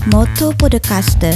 Moto Podcaster.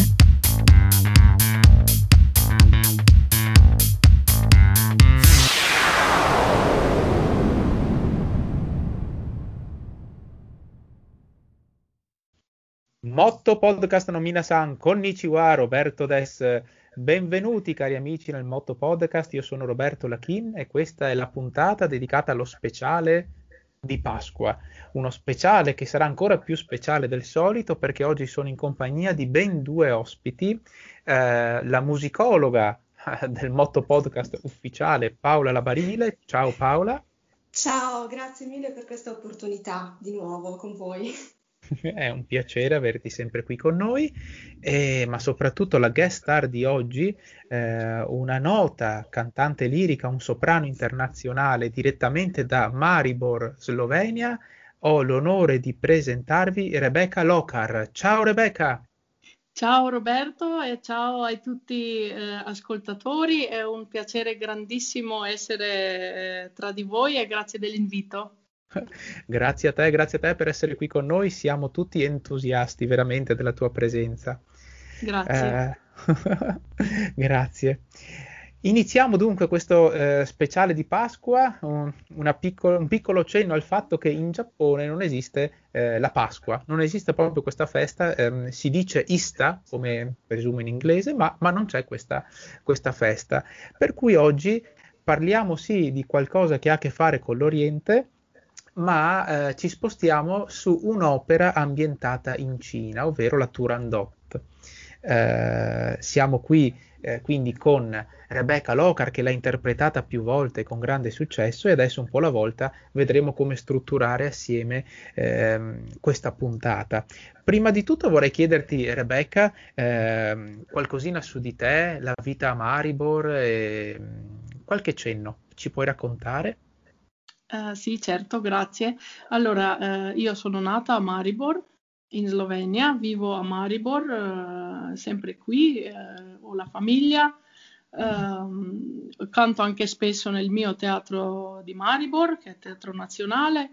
Motto Podcast no Minasan, konnichiwa, Roberto des. Benvenuti cari amici nel Motto Podcast, io sono Roberto Lachin e questa è la puntata dedicata allo speciale di Pasqua. Uno speciale che sarà ancora più speciale del solito perché oggi sono in compagnia di ben due ospiti, la musicologa del Motto Podcast ufficiale Paola Labarile. Ciao Paola. Ciao, grazie mille per questa opportunità di nuovo con voi. È un piacere averti sempre qui con noi, ma soprattutto la guest star di oggi, una nota cantante lirica, un soprano internazionale direttamente da Maribor, Slovenia. Ho l'onore di presentarvi Rebecca Lokar. Ciao Rebecca! Ciao Roberto e ciao a tutti ascoltatori, è un piacere grandissimo essere tra di voi e grazie dell'invito. Grazie a te per essere qui con noi, siamo tutti entusiasti veramente della tua presenza. Grazie. Grazie. Iniziamo dunque questo speciale di Pasqua, un piccolo cenno al fatto che in Giappone non esiste la Pasqua, non esiste proprio questa festa, si dice Ista, come presumo in inglese, ma non c'è questa festa. Per cui oggi parliamo sì di qualcosa che ha a che fare con l'Oriente, ma ci spostiamo su un'opera ambientata in Cina, ovvero la Turandot. Siamo qui quindi con Rebecca Lokar che l'ha interpretata più volte con grande successo e adesso un po' alla volta vedremo come strutturare assieme questa puntata. Prima di tutto vorrei chiederti, Rebecca, qualcosina su di te, la vita a Maribor, qualche cenno ci puoi raccontare? Sì, certo, grazie. Allora, io sono nata a Maribor, in Slovenia, vivo a Maribor, sempre qui, ho la famiglia, canto anche spesso nel mio teatro di Maribor, che è il Teatro Nazionale.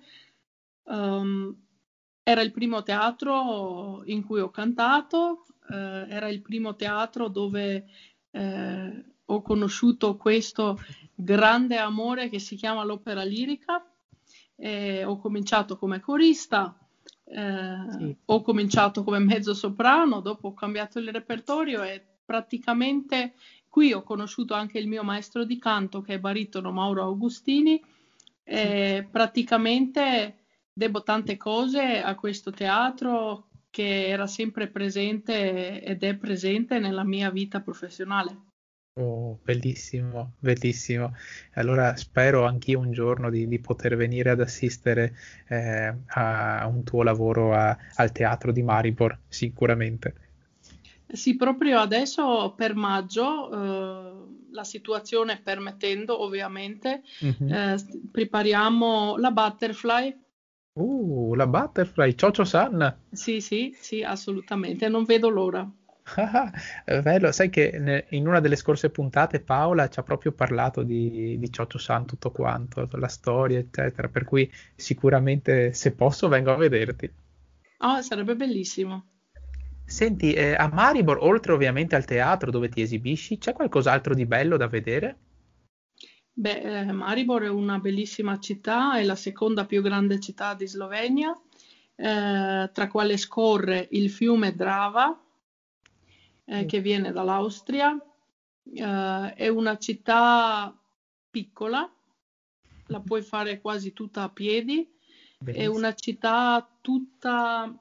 Era il primo teatro in cui ho cantato, era il primo teatro dove ho conosciuto questo grande amore che si chiama l'opera lirica. Ho cominciato come corista, Sì. ho cominciato come mezzo soprano, dopo ho cambiato il repertorio e praticamente qui ho conosciuto anche il mio maestro di canto che è baritono Mauro Augustini e praticamente debo tante cose a questo teatro che era sempre presente ed è presente nella mia vita professionale. Oh, bellissimo, bellissimo. Allora spero anch'io un giorno di poter venire ad assistere a un tuo lavoro al Teatro di Maribor, sicuramente. Sì, proprio adesso per maggio, la situazione permettendo ovviamente, Mhm. prepariamo la Butterfly. La Butterfly, Chocho-san. Sì, assolutamente, non vedo l'ora. Bello, sai che in una delle scorse puntate Paola ci ha proprio parlato di Chocho-san tutto quanto, la storia, eccetera, per cui sicuramente se posso vengo a vederti. Ah, sarebbe bellissimo. Senti, a Maribor, oltre ovviamente al teatro dove ti esibisci, c'è qualcos'altro di bello da vedere? Beh, Maribor è una bellissima città, è la seconda più grande città di Slovenia, tra quale scorre il fiume Drava, che viene dall'Austria. È una città piccola, la puoi fare quasi tutta a piedi. È Bellissimo. una città tutta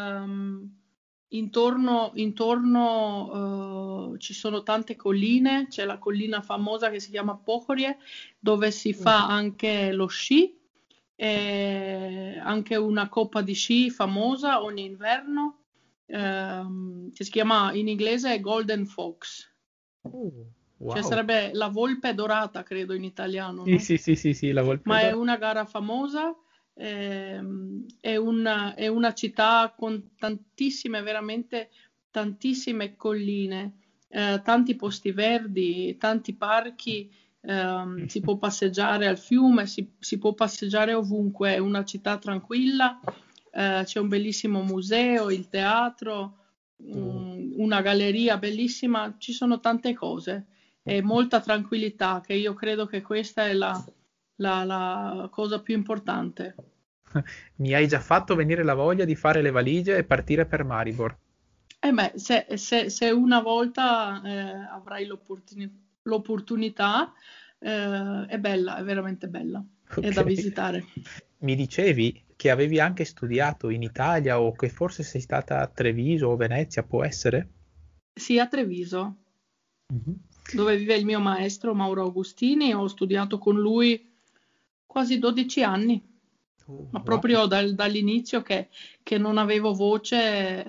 intorno ci sono tante colline, c'è la collina famosa che si chiama Pohorie, dove si fa anche lo sci, e anche una coppa di sci famosa ogni inverno, che si chiama in inglese Golden Fox. Wow. Cioè sarebbe la volpe dorata, credo in italiano, no? Sì, la volpe Ma è dorata. una gara famosa, è una città con tantissime, veramente tantissime colline, tanti posti verdi, tanti parchi, si può passeggiare al fiume, si può passeggiare ovunque, è una città tranquilla, c'è un bellissimo museo, il teatro, una galleria bellissima, ci sono tante cose e molta tranquillità, che io credo che questa è la cosa più importante. Mi hai già fatto venire la voglia di fare le valigie e partire per Maribor. Beh, se una volta avrai l'opportunità, è bella, è veramente bella, è da Ok. visitare. Mi dicevi che avevi anche studiato in Italia o che forse sei stata a Treviso o Venezia, può essere? Sì, a Treviso, Mhm. dove vive il mio maestro Mauro Augustini, ho studiato con lui quasi 12 anni, ma Wow. proprio dall'inizio che non avevo voce,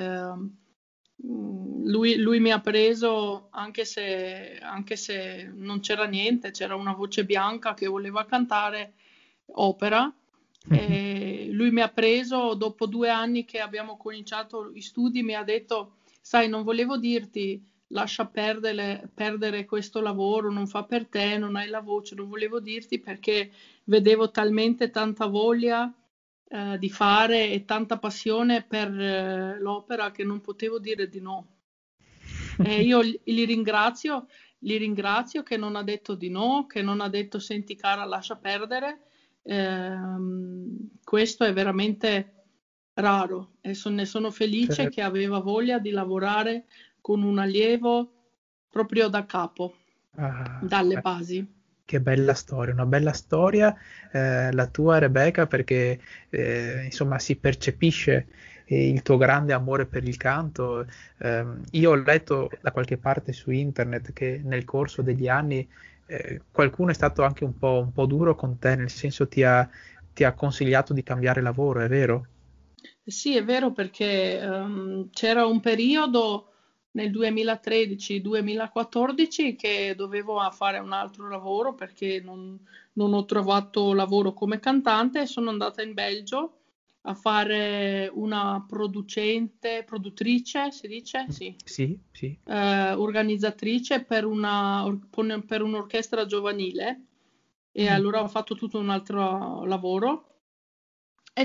lui mi ha preso anche se non c'era niente, c'era una voce bianca che voleva cantare opera. E lui mi ha preso dopo 2 anni che abbiamo cominciato gli studi, mi ha detto, sai, non volevo dirti lascia perdere questo lavoro, non fa per te, non hai la voce, non volevo dirti perché vedevo talmente tanta voglia di fare e tanta passione per l'opera che non potevo dire di no. E io li ringrazio che non ha detto di no, che non ha detto senti cara, lascia perdere. Questo è veramente raro e ne sono felice Certo. che aveva voglia di lavorare con un allievo proprio da capo, Ah, dalle basi. che bella storia, una bella storia la tua Rebecca perché insomma si percepisce il tuo grande amore per il canto. Io ho letto da qualche parte su internet che nel corso degli anni qualcuno è stato anche un po' duro con te, nel senso ti ha consigliato di cambiare lavoro, è vero? Sì, è vero perché c'era un periodo nel 2013-2014 che dovevo fare un altro lavoro perché non ho trovato lavoro come cantante e sono andata in Belgio a fare una produttrice, si dice? Sì, Sì, sì. organizzatrice per un'orchestra giovanile e Mm. allora ho fatto tutto un altro lavoro e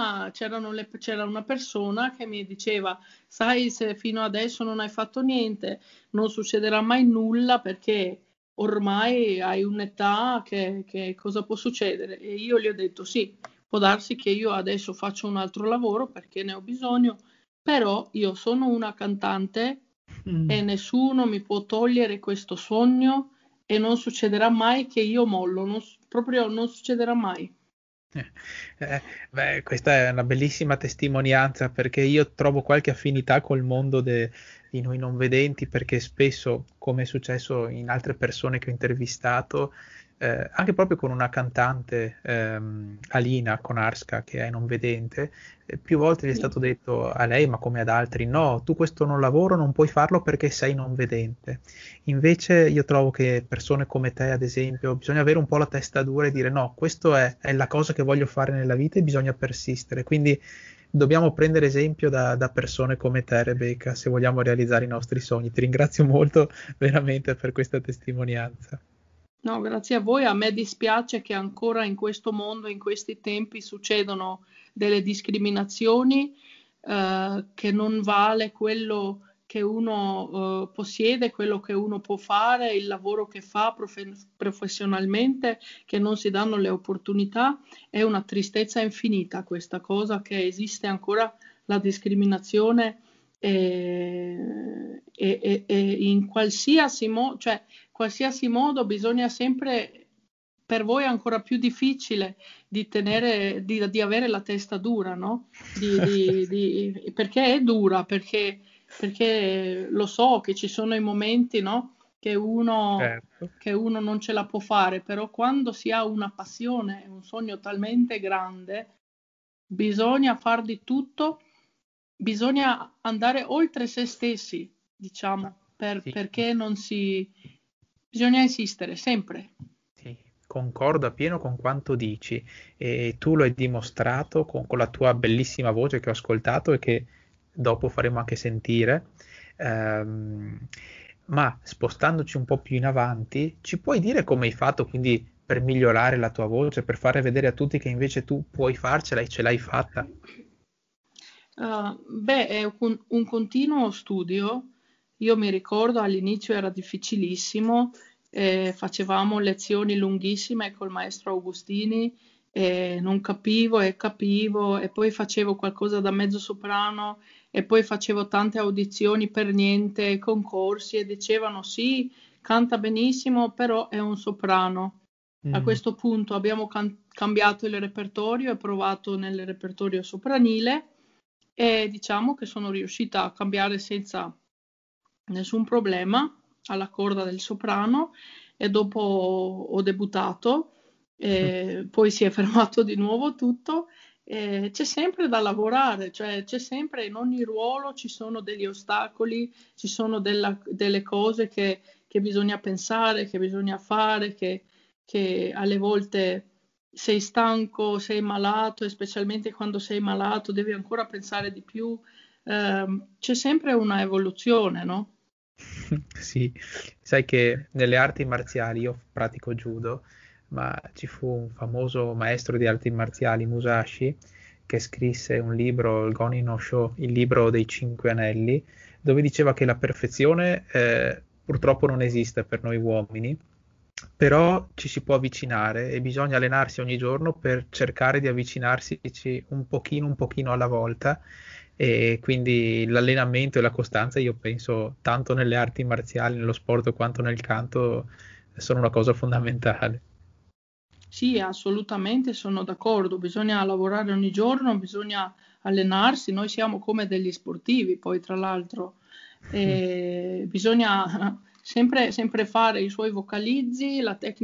c'era una persona che mi diceva, sai, se fino adesso non hai fatto niente, non succederà mai nulla perché ormai hai un'età che cosa può succedere? E io gli ho detto, sì, può darsi che io adesso faccio un altro lavoro perché ne ho bisogno, però io sono una cantante e Mm. nessuno mi può togliere questo sogno e non succederà mai che io mollo, proprio non succederà mai. Eh, beh, questa è una bellissima testimonianza perché io trovo qualche affinità col mondo di noi non vedenti perché spesso, come è successo in altre persone che ho intervistato, anche proprio con una cantante, Alina Konarska, che è non vedente, più volte gli è Sì. stato detto a lei, ma come ad altri, no, tu questo non lavoro non puoi farlo perché sei non vedente. Invece io trovo che persone come te, ad esempio, bisogna avere un po' la testa dura e dire no, questa è la cosa che voglio fare nella vita e bisogna persistere. Quindi dobbiamo prendere esempio da persone come te, Rebecca, se vogliamo realizzare i nostri sogni. Ti ringrazio molto veramente per questa testimonianza. No, grazie a voi. A me dispiace che ancora in questo mondo, in questi tempi, succedono delle discriminazioni, che non vale quello che uno, possiede, quello che uno può fare, il lavoro che fa professionalmente, che non si danno le opportunità. È una tristezza infinita questa cosa che esiste ancora la discriminazione e in qualsiasi modo, cioè qualsiasi modo bisogna sempre, per voi è ancora più difficile di avere la testa dura, no? Perché è dura, perché lo so che ci sono i momenti, no? Certo. Che uno non ce la può fare, però quando si ha una passione, un sogno talmente grande, bisogna far di tutto, bisogna andare oltre se stessi, diciamo, Sì. perché non si... Bisogna insistere sempre. Sì, concordo appieno con quanto dici e tu lo hai dimostrato con la tua bellissima voce che ho ascoltato e che dopo faremo anche sentire. Ehm, ma spostandoci un po' più in avanti, ci puoi dire come hai fatto quindi per migliorare la tua voce, per fare vedere a tutti che invece tu puoi farcela e ce l'hai fatta? Beh, è un continuo studio. Io mi ricordo all'inizio era difficilissimo, facevamo lezioni lunghissime col maestro Augustini e non capivo e capivo e poi facevo qualcosa da mezzo soprano e poi facevo tante audizioni per niente, concorsi e dicevano sì, canta benissimo, però è un soprano. A Mm. questo punto abbiamo cambiato il repertorio e provato nel repertorio sopranile e diciamo che sono riuscita a cambiare senza nessun problema alla corda del soprano e dopo ho debuttato, e poi si è fermato di nuovo tutto. E c'è sempre da lavorare, cioè c'è sempre in ogni ruolo ci sono degli ostacoli, ci sono delle cose che bisogna pensare, che bisogna fare, che alle volte sei stanco, sei malato e specialmente quando sei malato devi ancora pensare di più. C'è sempre una evoluzione, no? Sì, sai che nelle arti marziali io pratico judo, ma ci fu un famoso maestro di arti marziali, Musashi, che scrisse un libro, il Gonin no Sho, il libro dei cinque anelli, dove diceva che la perfezione purtroppo non esiste per noi uomini, però ci si può avvicinare e bisogna allenarsi ogni giorno per cercare di avvicinarsi un pochino alla volta e quindi l'allenamento e la costanza, io penso, tanto nelle arti marziali, nello sport quanto nel canto, sono una cosa fondamentale. Sì, assolutamente sono d'accordo, bisogna lavorare ogni giorno, bisogna allenarsi, noi siamo come degli sportivi, poi tra l'altro. Bisogna sempre fare i suoi vocalizzi,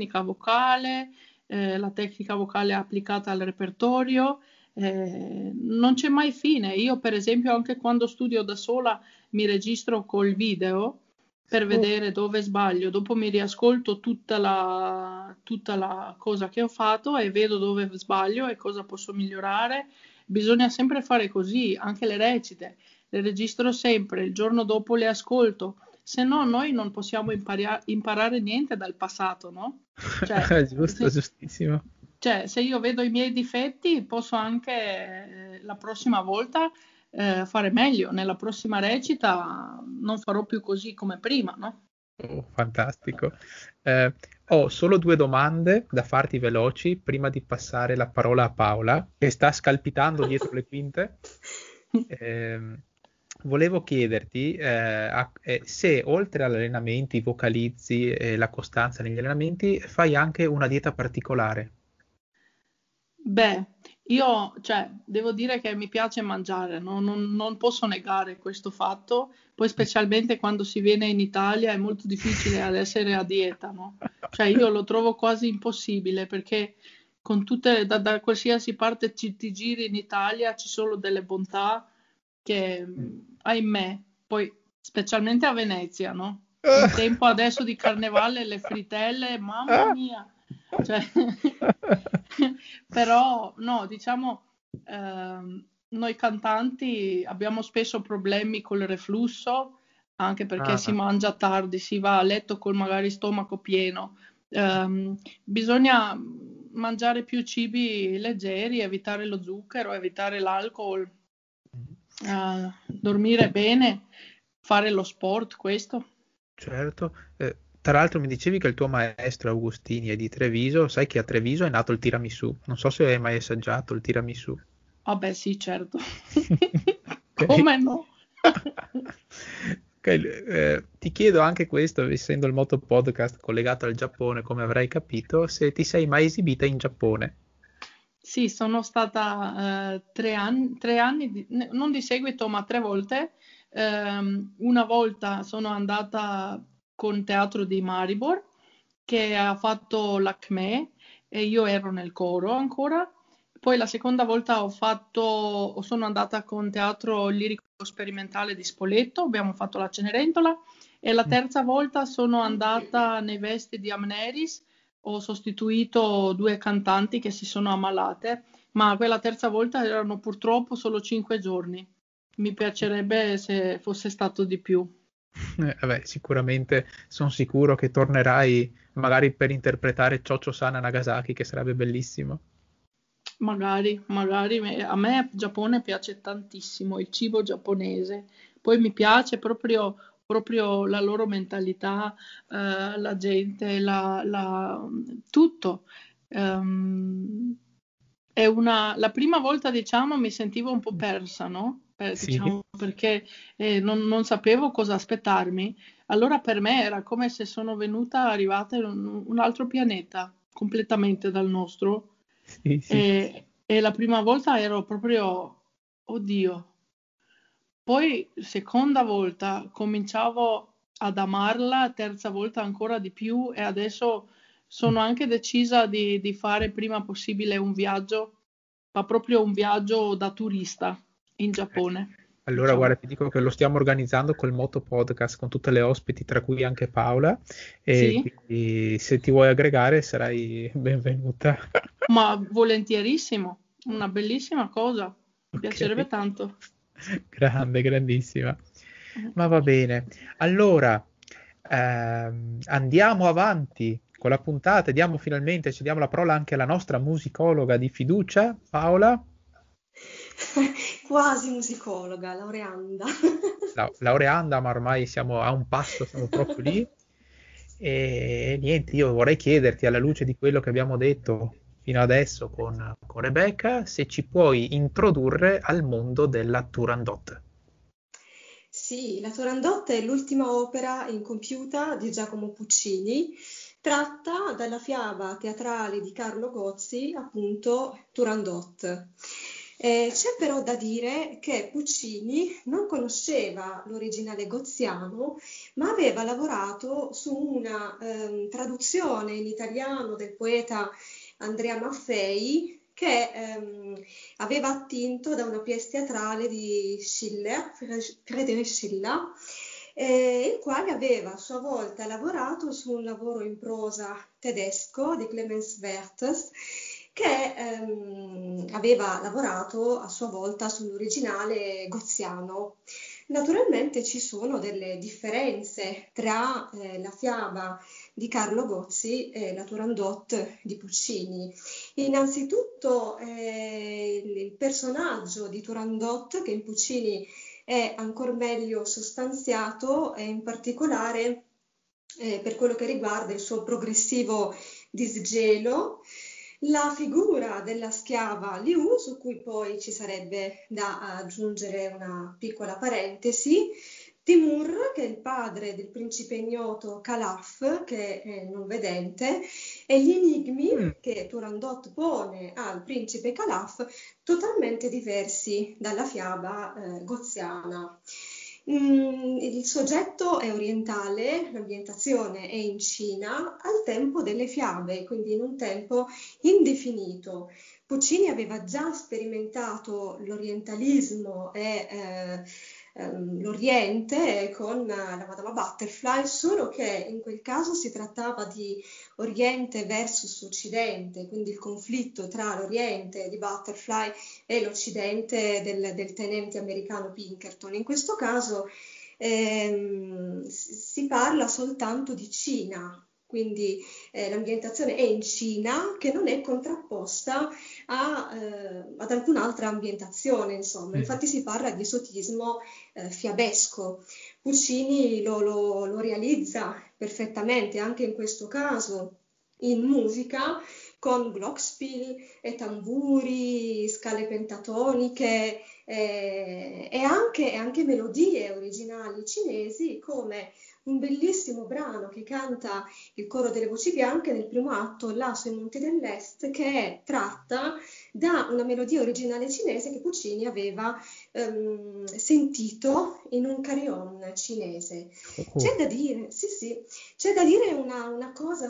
la tecnica vocale applicata al repertorio, non c'è mai fine. Io, per esempio, anche quando studio da sola mi registro col video per Oh, vedere dove sbaglio, dopo mi riascolto tutta la cosa che ho fatto e vedo dove sbaglio e cosa posso migliorare. Bisogna sempre fare così, anche le recite le registro sempre, il giorno dopo le ascolto, se no noi non possiamo imparare niente dal passato, no? Cioè giusto, se, giustissimo. se io vedo i miei difetti, posso anche la prossima volta fare meglio, nella prossima recita non farò più così come prima, no? Oh, fantastico. Eh, Ho solo due domande da farti veloci prima di passare la parola a Paola, che sta scalpitando dietro le quinte. Ehm, Volevo chiederti se oltre all'allenamento, i vocalizzi e la costanza negli allenamenti, fai anche una dieta particolare. Beh, io, cioè, devo dire che mi piace mangiare, no? Non posso negare questo fatto, poi specialmente quando si viene in Italia è molto difficile ad essere a dieta, no? Cioè, io lo trovo quasi impossibile perché da qualsiasi parte ti giri in Italia ci sono delle bontà che, ahimè, poi specialmente a Venezia, no? In tempo adesso di carnevale, le fritelle, mamma mia, cioè, però no, diciamo, noi cantanti abbiamo spesso problemi col reflusso, anche perché si Ah, mangia tardi, si va a letto col magari stomaco pieno. Bisogna mangiare più cibi leggeri, evitare lo zucchero, evitare l'alcol, dormire bene, fare lo sport, questo. certo. Tra l'altro mi dicevi che il tuo maestro Augustini è di Treviso, sai che a Treviso è nato il tiramisù. Non so se hai mai assaggiato il tiramisù. Vabbè, sì, certo. Ok. Come no? Ok, ti chiedo anche questo, essendo il Moto Podcast collegato al Giappone, come avrai capito, se ti sei mai esibita in Giappone. Sì, sono stata 3 anni, non di seguito, ma 3 volte. Una volta sono andata con Teatro di Maribor, che ha fatto l'ACME e io ero nel coro ancora. Poi la seconda volta sono andata con Teatro Lirico Sperimentale di Spoleto, abbiamo fatto la Cenerentola. E la Mm. terza volta sono andata nei vesti di Amneris, ho sostituito 2 cantanti che si sono ammalate, ma quella terza volta erano purtroppo solo 5 giorni. Mi piacerebbe se fosse stato di più. Vabbè, sicuramente sono sicuro che tornerai magari per interpretare Chocho-san a Nagasaki, che sarebbe bellissimo. Magari, a me il Giappone piace tantissimo, il cibo giapponese, poi mi piace proprio la loro mentalità, la gente, tutto. Ehm, la prima volta, diciamo, mi sentivo un po' persa, no? Sì, Diciamo, perché non sapevo cosa aspettarmi. Allora per me era come se sono arrivata in un altro pianeta, completamente dal nostro. sì, sì. E la prima volta ero proprio, oddio. Poi, seconda volta, cominciavo ad amarla, terza volta ancora di più e adesso sono anche decisa di fare prima possibile un viaggio, ma proprio un viaggio da turista in Giappone, Allora, guarda, diciamo. ti dico che lo stiamo organizzando col Moto Podcast con tutte le ospiti, tra cui anche Paola, e Sì, quindi se ti vuoi aggregare sarai benvenuta. ma volentierissimo, una bellissima cosa, mi Ok, piacerebbe tanto. grande, grandissima. Ma va bene. Allora, andiamo avanti con la puntata e ci diamo la parola anche alla nostra musicologa di fiducia, Paola. Quasi musicologa, laureanda. Laureanda, ma ormai siamo a un passo, siamo proprio lì. E niente, io vorrei chiederti, alla luce di quello che abbiamo detto fino adesso con Rebecca, se ci puoi introdurre al mondo della Turandot. Sì, la Turandot è l'ultima opera incompiuta di Giacomo Puccini, tratta dalla fiaba teatrale di Carlo Gozzi, appunto Turandot. C'è però da dire che Puccini non conosceva l'originale goziano, ma aveva lavorato su una traduzione in italiano del poeta Andrea Maffei che aveva attinto da una pièce teatrale di Schiller, Friedrich Schiller, il quale aveva a sua volta lavorato su un lavoro in prosa tedesco di Clemens Werthers, che aveva lavorato a sua volta sull'originale goziano. Naturalmente ci sono delle differenze tra la fiaba di Carlo Gozzi e la Turandot di Puccini. Innanzitutto il personaggio di Turandot, che in Puccini è ancora meglio sostanziato, e in particolare per quello che riguarda il suo progressivo disgelo, la figura della schiava Liu, su cui poi ci sarebbe da aggiungere una piccola parentesi, Timur, che è il padre del principe ignoto Calaf, che è non vedente, e gli enigmi Mm, che Turandot pone al principe Calaf, totalmente diversi dalla fiaba goziana. Il soggetto è orientale, l'ambientazione è in Cina, al tempo delle fiabe, quindi in un tempo indefinito. Puccini aveva già sperimentato l'orientalismo e l'Oriente con la Madama Butterfly, solo che in quel caso si trattava di Oriente versus Occidente, quindi il conflitto tra l'Oriente di Butterfly e l'Occidente del tenente americano Pinkerton. In questo caso si parla soltanto di Cina, quindi l'ambientazione è in Cina, che non è contrapposta ad alcun'altra ambientazione, insomma. mm. Infatti si parla di esotismo fiabesco. Puccini lo realizza perfettamente anche in questo caso in musica con glockenspiel e tamburi, scale pentatoniche e anche melodie originali cinesi, come un bellissimo brano che canta il coro delle voci bianche nel primo atto, Là sui monti dell'Est, che è tratta da una melodia originale cinese che Puccini aveva sentito in un carillon cinese. C'è Oh, da dire, sì, sì, c'è da dire una cosa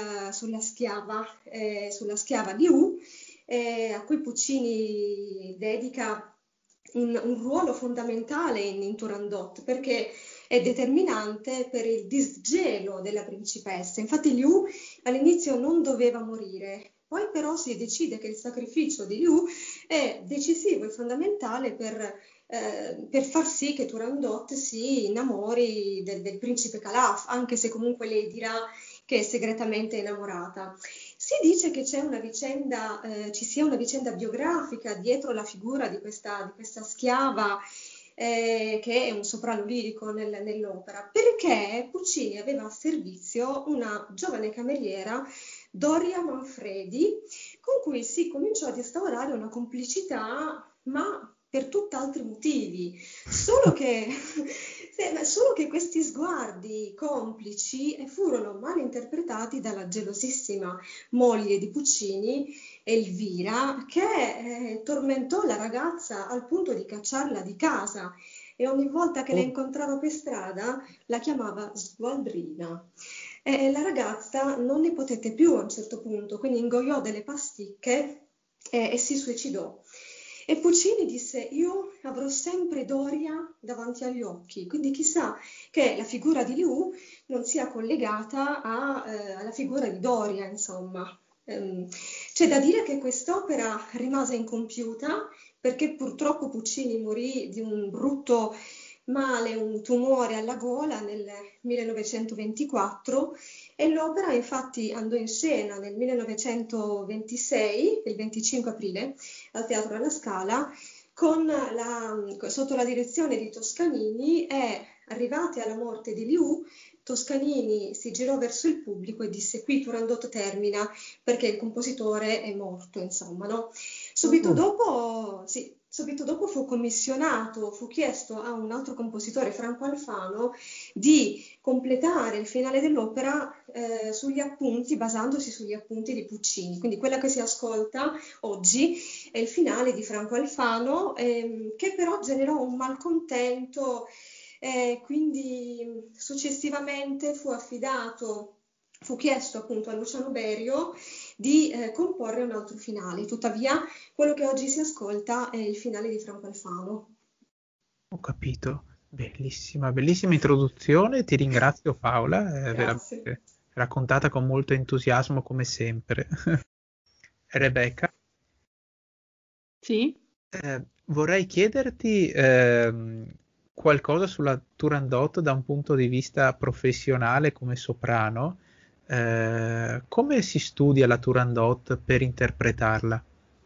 sulla schiava Liu, a cui Puccini dedica un ruolo fondamentale in Turandot, perché è determinante per il disgelo della principessa. Infatti Liu all'inizio non doveva morire, poi però si decide che il sacrificio di Liu è decisivo e fondamentale per far sì che Turandot si innamori del principe Calaf, anche se comunque lei dirà che è segretamente innamorata. Si dice che c'è una vicenda, ci sia una vicenda biografica dietro la figura di questa schiava, che è un soprano lirico nell'opera, perché Puccini aveva a servizio una giovane cameriera, Doria Manfredi, con cui si cominciò ad instaurare una complicità, ma per tutt'altri motivi. Solo che, solo che questi sguardi complici furono mal interpretati dalla gelosissima moglie di Puccini, Elvira, che tormentò la ragazza al punto di cacciarla di casa, e ogni volta che la incontrava per strada la chiamava sgualdrina. E la ragazza non ne potette più a un certo punto, quindi ingoiò delle pasticche e si suicidò. E Puccini disse: io avrò sempre Doria davanti agli occhi, quindi chissà che la figura di Liu non sia collegata alla figura di Doria, insomma. C'è da dire che quest'opera rimase incompiuta perché purtroppo Puccini morì di un brutto male, un tumore alla gola nel 1924, e l'opera infatti andò in scena nel 1926, il 25 aprile, al Teatro alla Scala, sotto la direzione di Toscanini, e arrivati alla morte di Liu, Toscanini si girò verso il pubblico e disse: qui Turandot termina perché il compositore è morto, insomma, no? Subito dopo fu commissionato, fu chiesto a un altro compositore, Franco Alfano, di completare il finale dell'opera sugli appunti, basandosi sugli appunti di Puccini. Quindi quella che si ascolta oggi è il finale di Franco Alfano, che però generò un malcontento, quindi successivamente fu chiesto appunto a Luciano Berio di comporre un altro finale. Tuttavia, quello che oggi si ascolta è il finale di Franco Alfano. Ho capito. Bellissima, bellissima introduzione. Ti ringrazio, Paola. È Grazie. veramente raccontata con molto entusiasmo, come sempre. Rebecca, Sì? vorrei chiederti qualcosa sulla Turandot da un punto di vista professionale come soprano. Come si studia la Turandot per interpretarla?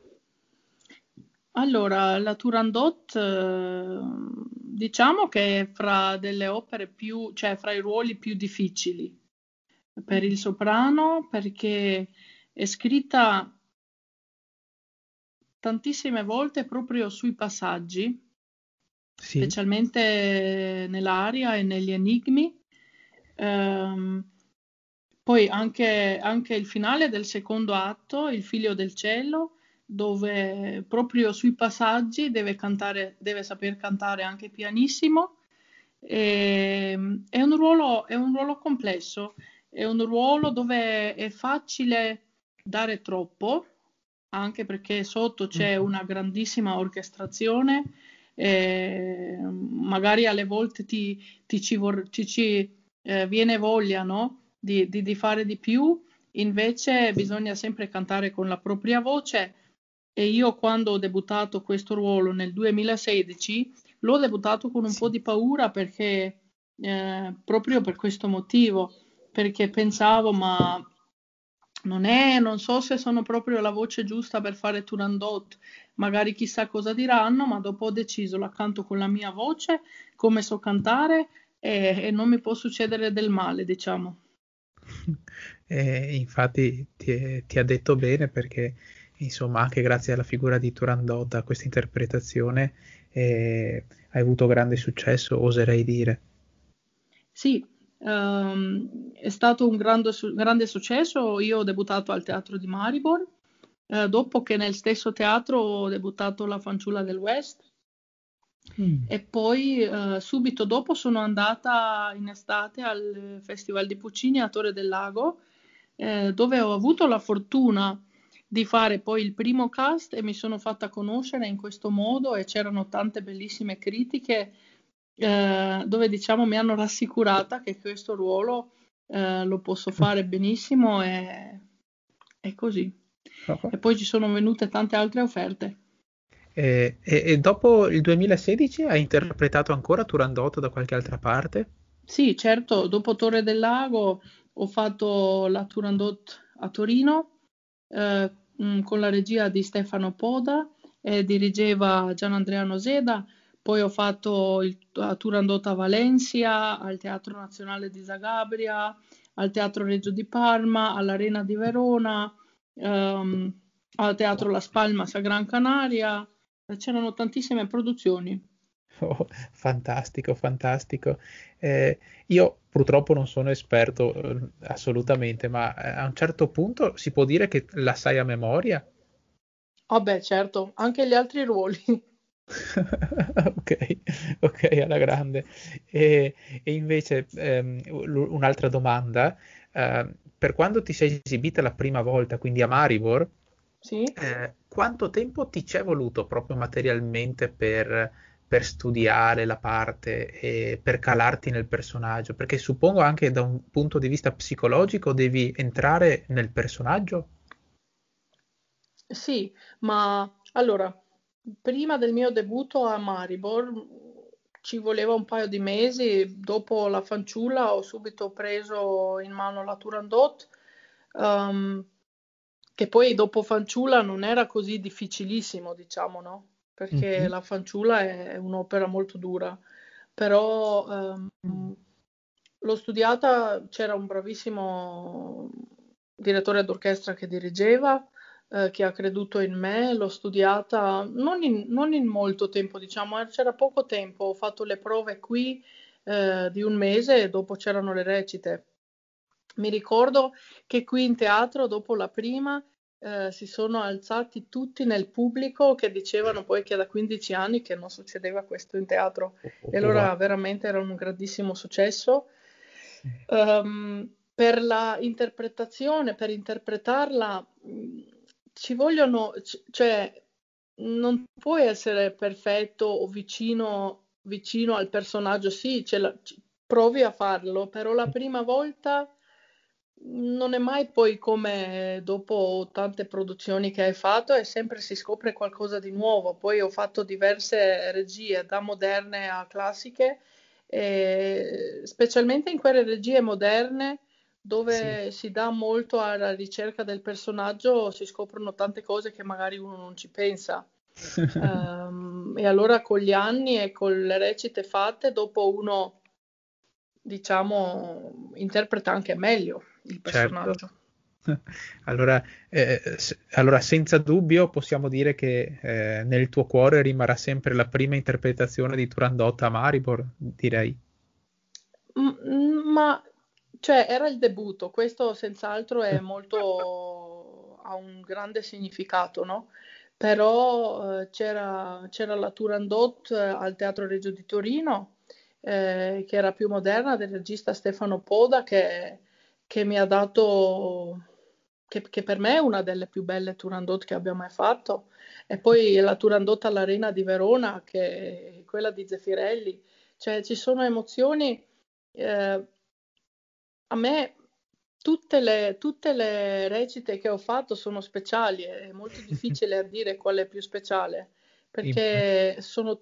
Allora, la Turandot, diciamo che è fra delle opere cioè fra i ruoli più difficili per il soprano, perché è scritta tantissime volte proprio sui passaggi, Sì, specialmente nell'aria e negli enigmi. Poi anche il finale del secondo atto, Il figlio del cielo, dove proprio sui passaggi deve saper cantare anche pianissimo. È un ruolo complesso, è un ruolo dove è facile dare troppo, anche perché sotto c'è una grandissima orchestrazione, magari alle volte viene voglia, no? Di fare di più, invece bisogna sempre cantare con la propria voce. E io, quando ho debuttato questo ruolo nel 2016, l'ho debuttato con un po' di paura, perché proprio per questo motivo, perché pensavo, ma non so se sono proprio la voce giusta per fare Turandot, magari chissà cosa diranno, ma dopo ho deciso, la canto con la mia voce, come so cantare, e non mi può succedere del male, diciamo. Infatti ti ha detto bene, perché insomma anche grazie alla figura di Turandot, a questa interpretazione, hai avuto grande successo, oserei dire. Sì, è stato un grande successo. Io ho debuttato al Teatro di Maribor, dopo che nel stesso teatro ho debuttato La fanciulla del West, e poi subito dopo sono andata in estate al Festival di Puccini a Torre del Lago, dove ho avuto la fortuna di fare poi il primo cast e mi sono fatta conoscere in questo modo, e c'erano tante bellissime critiche, dove diciamo mi hanno rassicurata che questo ruolo lo posso fare benissimo, e così. E poi ci sono venute tante altre offerte. E dopo il 2016 hai interpretato ancora Turandot da qualche altra parte? Sì, certo, dopo Torre del Lago ho fatto la Turandot a Torino, con la regia di Stefano Poda e dirigeva Gianandrea Noseda. Poi ho fatto a Turandot a Valencia, al Teatro Nazionale di Zagabria, al Teatro Regio di Parma, all'Arena di Verona, al Teatro Las Palmas a Gran Canaria. C'erano tantissime produzioni. Oh, fantastico, fantastico. Io purtroppo non sono esperto assolutamente, ma a un certo punto si può dire che la sai a memoria? Vabbè, certo, anche gli altri ruoli. Ok, ok, alla grande. E invece un'altra domanda, per quando ti sei esibita la prima volta, quindi a Maribor, Sì? quanto tempo ti c'è voluto proprio materialmente per studiare la parte e per calarti nel personaggio? Perché suppongo anche da un punto di vista psicologico devi entrare nel personaggio. Sì, ma allora, prima del mio debutto a Maribor ci voleva un paio di mesi, dopo la fanciulla ho subito preso in mano la Turandot, ehm, che poi dopo fanciulla non era così difficilissimo, diciamo, no? Perché Mhm. la fanciulla è un'opera molto dura, però l'ho studiata, c'era un bravissimo direttore d'orchestra che dirigeva, che ha creduto in me, l'ho studiata non in molto tempo, diciamo, c'era poco tempo, ho fatto le prove qui di un mese e dopo c'erano le recite. Mi ricordo che qui in teatro, dopo la prima, si sono alzati tutti nel pubblico che dicevano poi che da 15 anni che non succedeva questo in teatro. E Wow. allora veramente era un grandissimo successo. Per la interpretazione, per interpretarla, ci vogliono, cioè, non puoi essere perfetto o vicino al personaggio, sì, provi a farlo, però la prima volta non è mai poi come dopo tante produzioni che hai fatto e sempre si scopre qualcosa di nuovo. Poi ho fatto diverse regie, da moderne a classiche, e specialmente in quelle regie moderne Sì. dove si dà molto alla ricerca del personaggio, si scoprono tante cose che magari uno non ci pensa. E allora con gli anni e con le recite fatte, dopo uno, diciamo, interpreta anche meglio il Certo. personaggio. Allora, senza dubbio possiamo dire che nel tuo cuore rimarrà sempre la prima interpretazione di Turandot a Maribor, direi. Ma cioè, era il debutto, questo senz'altro è molto, ha un grande significato, no? Però c'era la Turandot al Teatro Regio di Torino, che era più moderna, del regista Stefano Poda, che mi ha dato, che per me è una delle più belle Turandot che abbia mai fatto. E poi la Turandot all'Arena di Verona, che è quella di Zeffirelli. Cioè, ci sono emozioni. eh, a me tutte le recite che ho fatto sono speciali, è molto difficile a dire qual è più speciale, Immagino. perché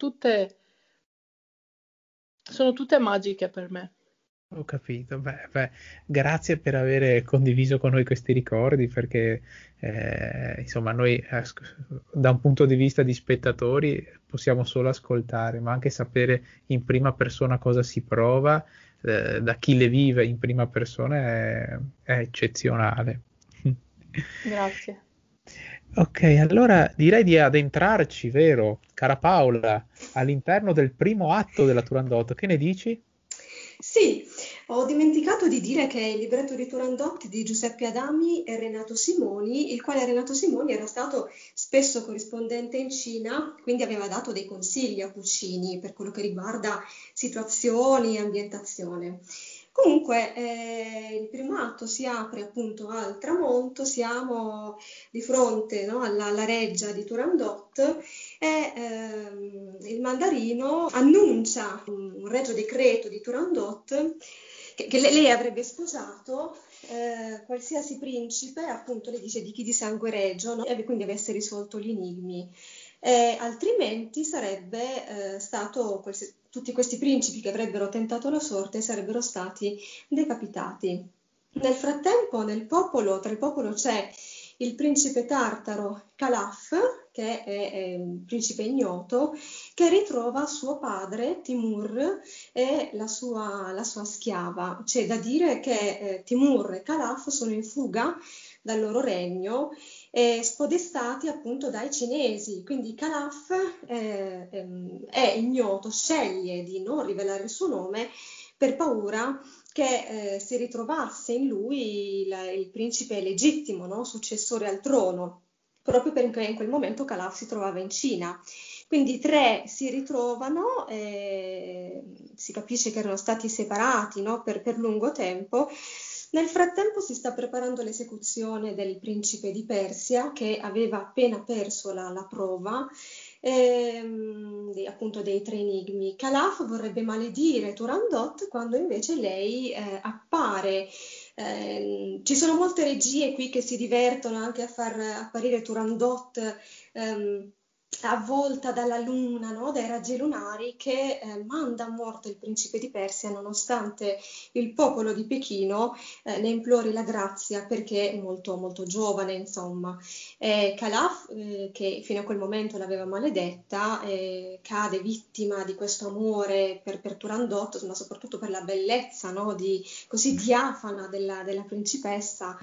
sono tutte magiche per me. Ho capito. Beh, grazie per aver condiviso con noi questi ricordi, perché insomma noi da un punto di vista di spettatori possiamo solo ascoltare, ma anche sapere in prima persona cosa si prova, da chi le vive in prima persona è eccezionale. Grazie. Ok, allora direi di addentrarci, vero, cara Paola, all'interno del primo atto della Turandot. Che ne dici? Sì, ho dimenticato di dire che il libretto di Turandot di Giuseppe Adami e Renato Simoni, il quale Renato Simoni era stato spesso corrispondente in Cina, quindi aveva dato dei consigli a Puccini per quello che riguarda situazioni e ambientazione. Comunque, il primo atto si apre appunto al tramonto, siamo di fronte, no, alla reggia di Turandot e il mandarino annuncia un regio decreto di Turandot che lei avrebbe sposato qualsiasi principe, appunto le dice di chi di sangue regio, no? E quindi avesse risolto gli enigmi. Altrimenti sarebbe stato tutti questi principi che avrebbero tentato la sorte sarebbero stati decapitati. Nel frattempo, tra il popolo c'è il principe tartaro Calaf, che è un principe ignoto, che ritrova suo padre Timur e la sua schiava. C'è da dire che Timur e Calaf sono in fuga dal loro regno, spodestati appunto dai cinesi. Quindi Calaf è ignoto, sceglie di non rivelare il suo nome per paura che si ritrovasse in lui il principe legittimo, no? Successore al trono, proprio perché in quel momento Calaf si trovava in Cina. Quindi i tre si ritrovano, si capisce che erano stati separati, no? per lungo tempo. Nel frattempo si sta preparando l'esecuzione del principe di Persia, che aveva appena perso la prova, appunto dei tre enigmi. Calaf vorrebbe maledire Turandot quando invece lei appare. Ci sono molte regie qui che si divertono anche a far apparire Turandot avvolta dalla luna, no? Dai raggi lunari, che manda a morte il principe di Persia nonostante il popolo di Pechino ne implori la grazia, perché è molto, molto giovane, insomma. Calaf, che fino a quel momento l'aveva maledetta, cade vittima di questo amore per Turandot, ma soprattutto per la bellezza, no? Così diafana della principessa.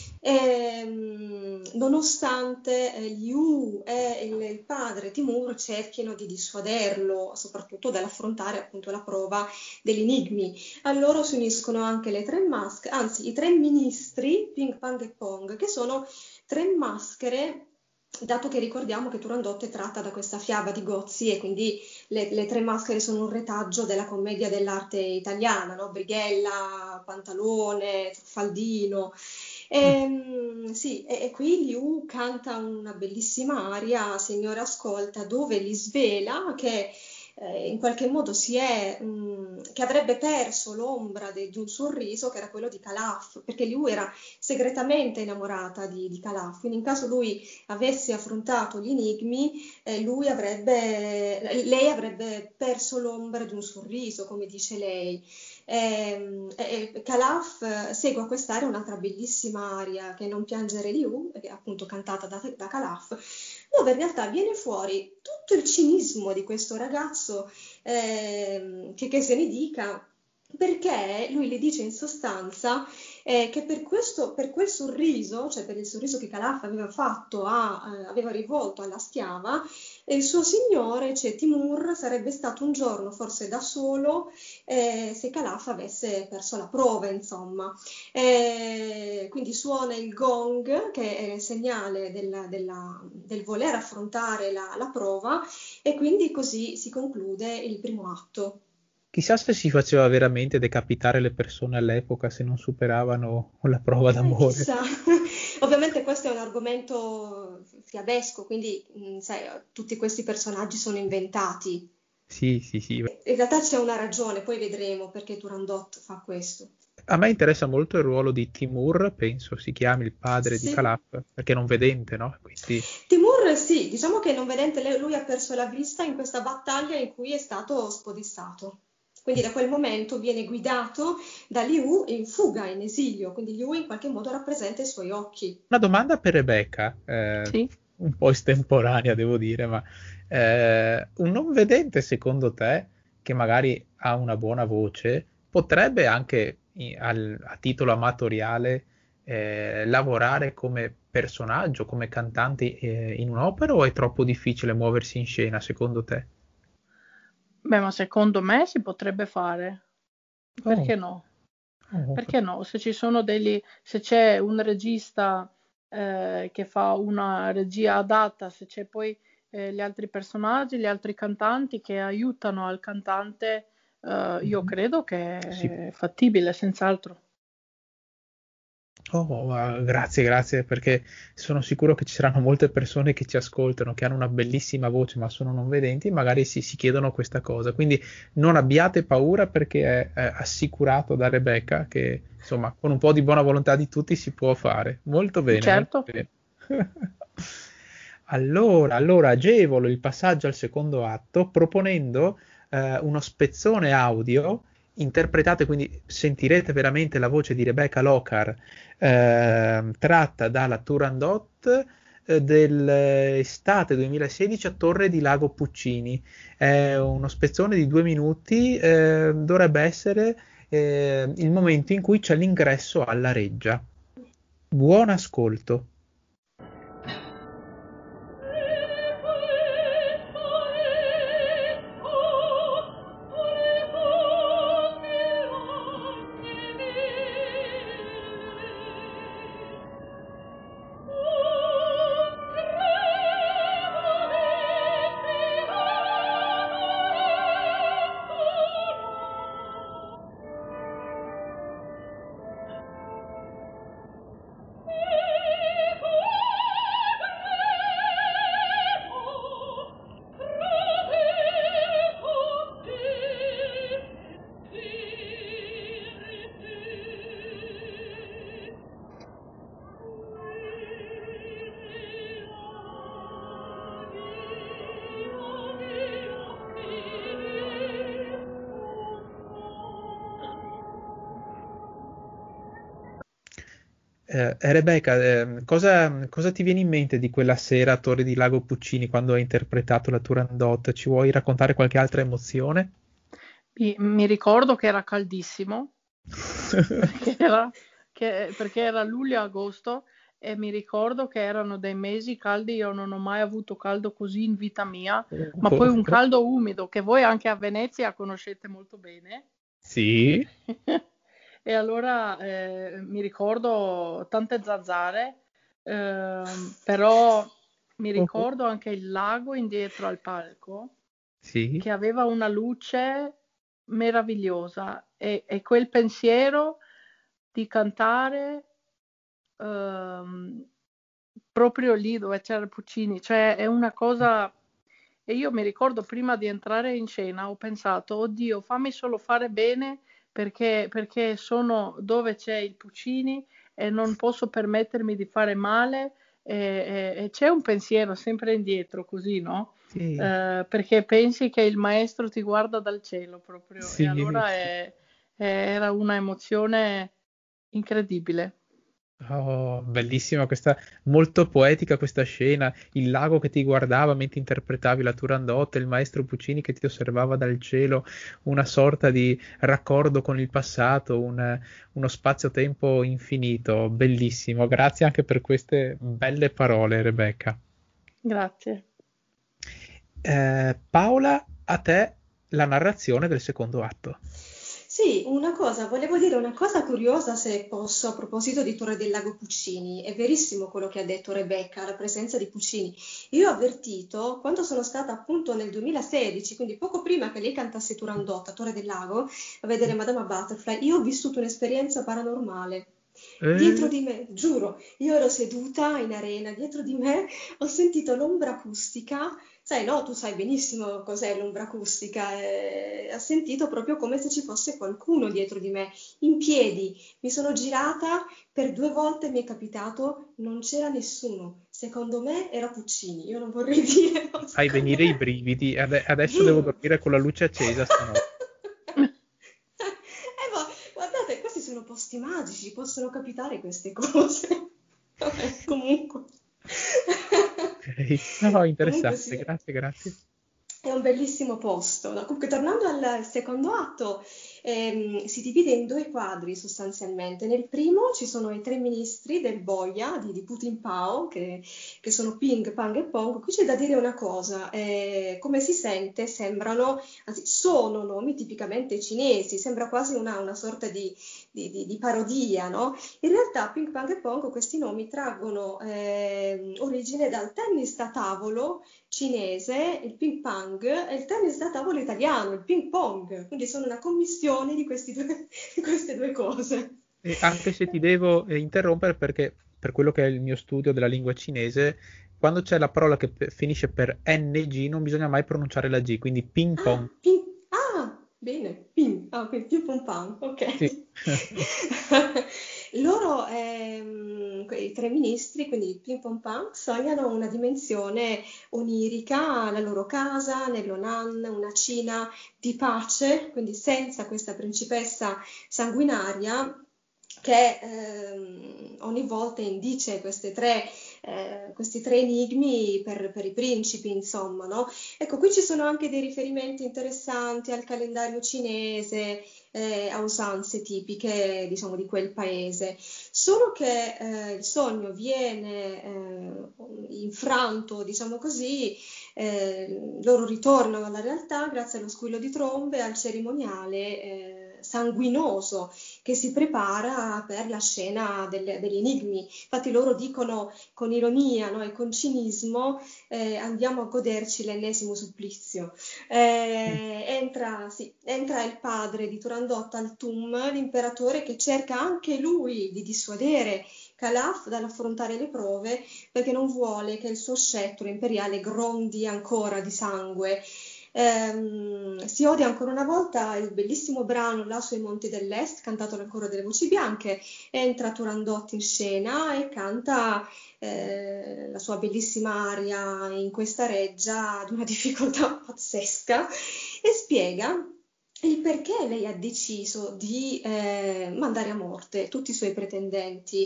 Nonostante Liu e il padre Timur cerchino di dissuaderlo, soprattutto dall'affrontare appunto la prova degli enigmi. A loro si uniscono anche le tre maschere, anzi i tre ministri, Ping, Pang e Pong, che sono tre maschere, dato che ricordiamo che Turandot è tratta da questa fiaba di Gozzi, e quindi le tre maschere sono un retaggio della commedia dell'arte italiana, no? Brighella, Pantalone, Truffaldino. Sì, e qui Liu canta una bellissima aria, Signore ascolta, dove gli svela che in qualche modo che avrebbe perso l'ombra di un sorriso, che era quello di Calaf, perché Liu era segretamente innamorata di Calaf. Quindi in caso lui avesse affrontato gli enigmi, lei avrebbe perso l'ombra di un sorriso, come dice lei. Calaf segue a quest'aria un'altra bellissima aria, che è Non piangere Liu, che è appunto cantata da Calaf, dove in realtà viene fuori tutto il cinismo di questo ragazzo, che se ne dica, perché lui le dice in sostanza che per quel sorriso, cioè per il sorriso che Calaf aveva rivolto alla schiava, il suo signore, cioè Timur, sarebbe stato un giorno forse da solo, se Calaf avesse perso la prova, insomma. Quindi suona il gong, che è il segnale del voler affrontare la prova, e quindi così si conclude il primo atto. Chissà se si faceva veramente decapitare le persone all'epoca se non superavano la prova d'amore. Chissà, ovviamente questo è un argomento fiabesco, quindi sai, tutti questi personaggi sono inventati. Sì, sì, sì. In realtà c'è una ragione, poi vedremo perché Turandot fa questo. A me interessa molto il ruolo di Timur, penso si chiami il padre di Sì. Calaf, perché è non vedente, no? Quindi Timur, sì, diciamo che non vedente, lui ha perso la vista in questa battaglia in cui è stato spodestato. Quindi da quel momento viene guidato da Liu in fuga, in esilio, quindi Liu in qualche modo rappresenta i suoi occhi. una domanda per Rebecca, Sì. un po' estemporanea devo dire, ma un non vedente secondo te, che magari ha una buona voce, potrebbe anche a titolo amatoriale lavorare come personaggio, come cantante in un'opera, o è troppo difficile muoversi in scena secondo te? Beh, ma secondo me si potrebbe fare. Oh, Perché no? oh, Perché no? Se c'è un regista che fa una regia adatta, se c'è poi gli altri personaggi, gli altri cantanti che aiutano al cantante, io credo che sì. è fattibile, senz'altro. Oh, grazie, grazie, perché sono sicuro che ci saranno molte persone che ci ascoltano, che hanno una bellissima voce, ma sono non vedenti, e magari si chiedono questa cosa. Quindi non abbiate paura, perché è assicurato da Rebecca che, insomma, con un po' di buona volontà di tutti si può fare. Molto bene, molto Certo. bene. Allora, agevolo il passaggio al secondo atto proponendo uno spezzone audio interpretate, quindi sentirete veramente la voce di Rebecca Locar, tratta dalla Turandot dell'estate 2016 a Torre di Lago Puccini. È uno spezzone di 2 minuti, dovrebbe essere il momento in cui c'è l'ingresso alla reggia. Buon ascolto. Rebecca, cosa ti viene in mente di quella sera a Torre di Lago Puccini quando hai interpretato la Turandot? Ci vuoi raccontare qualche altra emozione? Mi ricordo che era caldissimo, perché era luglio-agosto e mi ricordo che erano dei mesi caldi, io non ho mai avuto caldo così in vita mia, ma poi un caldo umido che voi anche a Venezia conoscete molto bene. Sì. E allora mi ricordo tante zanzare, però mi ricordo anche il lago indietro al palco Sì. che aveva una luce meravigliosa e quel pensiero di cantare proprio lì dove c'era Puccini, cioè è una cosa. E io mi ricordo prima di entrare in scena ho pensato, oddio, fammi solo fare bene perché sono dove c'è il Puccini e non posso permettermi di fare male e c'è un pensiero sempre indietro così, no? Sì. Perché pensi che il maestro ti guarda dal cielo proprio Sì. e allora era una emozione incredibile. Oh, bellissima questa, molto poetica questa scena, il lago che ti guardava mentre interpretavi la Turandot, il maestro Puccini che ti osservava dal cielo, una sorta di raccordo con il passato, uno spazio-tempo infinito, bellissimo. Grazie anche per queste belle parole, Rebecca. Grazie. Paola, a te la narrazione del secondo atto. Sì, volevo dire una cosa curiosa se posso, a proposito di Torre del Lago Puccini. È verissimo quello che ha detto Rebecca, la presenza di Puccini. Io ho avvertito, quando sono stata appunto nel 2016, quindi poco prima che lei cantasse Turandot a Torre del Lago, a vedere Madama Butterfly, io ho vissuto un'esperienza paranormale. Dietro di me, giuro, io ero seduta in arena, dietro di me ho sentito l'ombra acustica. Sai, no, tu sai benissimo cos'è l'ombra acustica, ho sentito proprio come se ci fosse qualcuno dietro di me, in piedi. Mi sono girata, per 2 volte mi è capitato, non c'era nessuno. Secondo me era Puccini, io non vorrei dire, ma Fai secondo venire i me. brividi, adesso devo Giuro. dormire con la luce accesa stanotte. Ma guardate, questi sono posti magici, possono capitare queste cose. Vabbè, comunque. Ok, no, Comunque interessante, sì. grazie. È un bellissimo posto. No, comunque, tornando al secondo atto, si divide in 2 quadri sostanzialmente. Nel primo ci sono i 3 ministri del boia di Putin Pao, che sono Ping, Pang e Pong. Qui c'è da dire una cosa, come si sente, anzi, sono nomi tipicamente cinesi, sembra quasi una sorta di parodia, no? In realtà Ping, Pang e Pong, questi nomi traggono origine dal tennis da tavolo cinese, il ping pong, e il tennis da tavolo italiano, il ping pong. Quindi sono una commistione di di queste 2 cose. E anche se ti devo interrompere perché per quello che è il mio studio della lingua cinese, quando c'è la parola che finisce per NG non bisogna mai pronunciare la G, quindi ping pong. Bene, ping, quindi ping pong pong, ok. Sì. Loro, i tre ministri, quindi Pim Pom Pam, sognano una dimensione onirica, la loro casa nell'Onan, una Cina di pace, quindi senza questa principessa sanguinaria che ogni volta indice questi tre enigmi per i principi, insomma, no? Ecco, qui ci sono anche dei riferimenti interessanti al calendario cinese, a usanze tipiche, diciamo, di quel paese. Solo che il sogno viene infranto, diciamo così, loro ritornano alla realtà grazie allo squillo di trombe, al cerimoniale sanguinoso che si prepara per la scena degli enigmi. Infatti loro dicono con ironia, no, e con cinismo, andiamo a goderci l'ennesimo supplizio. Entra il padre di Turandot al Tum, l'imperatore, che cerca anche lui di dissuadere Calaf dall'affrontare le prove, perché non vuole che il suo scettro imperiale grondi ancora di sangue. Si odia ancora una volta il bellissimo brano là sui Monti dell'Est, cantato dal coro delle voci bianche. Entra Turandot in scena e canta la sua bellissima aria in questa reggia di una difficoltà pazzesca, e spiega il perché lei ha deciso di mandare a morte tutti i suoi pretendenti.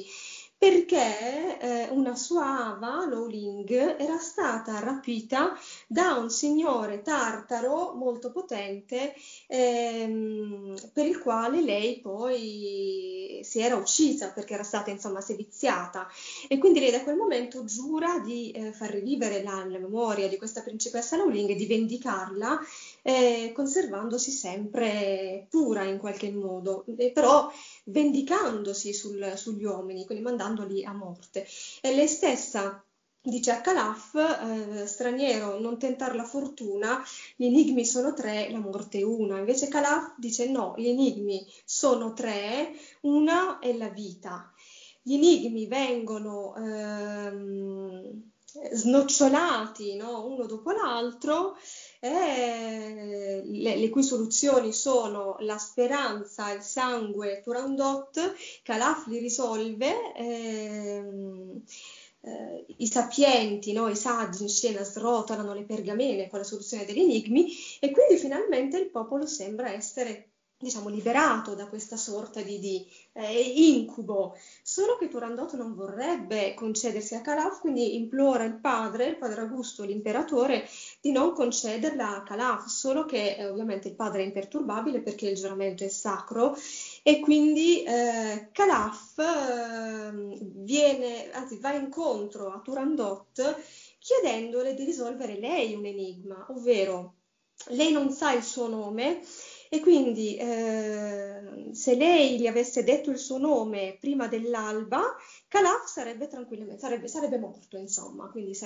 Perché una sua ava, Lo Ling, era stata rapita da un signore tartaro molto potente, per il quale lei poi si era uccisa perché era stata, insomma, seviziata, e quindi lei da quel momento giura di far rivivere la memoria di questa principessa Lo Ling e di vendicarla, conservandosi sempre pura in qualche modo, però vendicandosi sugli uomini, quindi mandandoli a morte. E lei stessa dice a Calaf, straniero, non tentar la fortuna, gli enigmi sono tre, la morte è una. Invece Calaf dice no, gli enigmi sono tre, una è la vita. Gli enigmi vengono snocciolati, no, uno dopo l'altro, le cui soluzioni sono la speranza, il sangue, Turandot. Calaf li risolve, i sapienti, no, i saggi in scena srotolano le pergamene con la soluzione degli enigmi, e quindi finalmente il popolo sembra essere, diciamo, liberato da questa sorta di incubo. Solo che Turandot non vorrebbe concedersi a Calaf, quindi implora il padre Augusto, l'imperatore, di non concederla a Calaf, solo che ovviamente il padre è imperturbabile perché il giuramento è sacro, e quindi Calaf va incontro a Turandot chiedendole di risolvere lei un enigma, ovvero lei non sa il suo nome, e quindi se lei gli avesse detto il suo nome prima dell'alba, Calaf sarebbe morto, insomma, quindi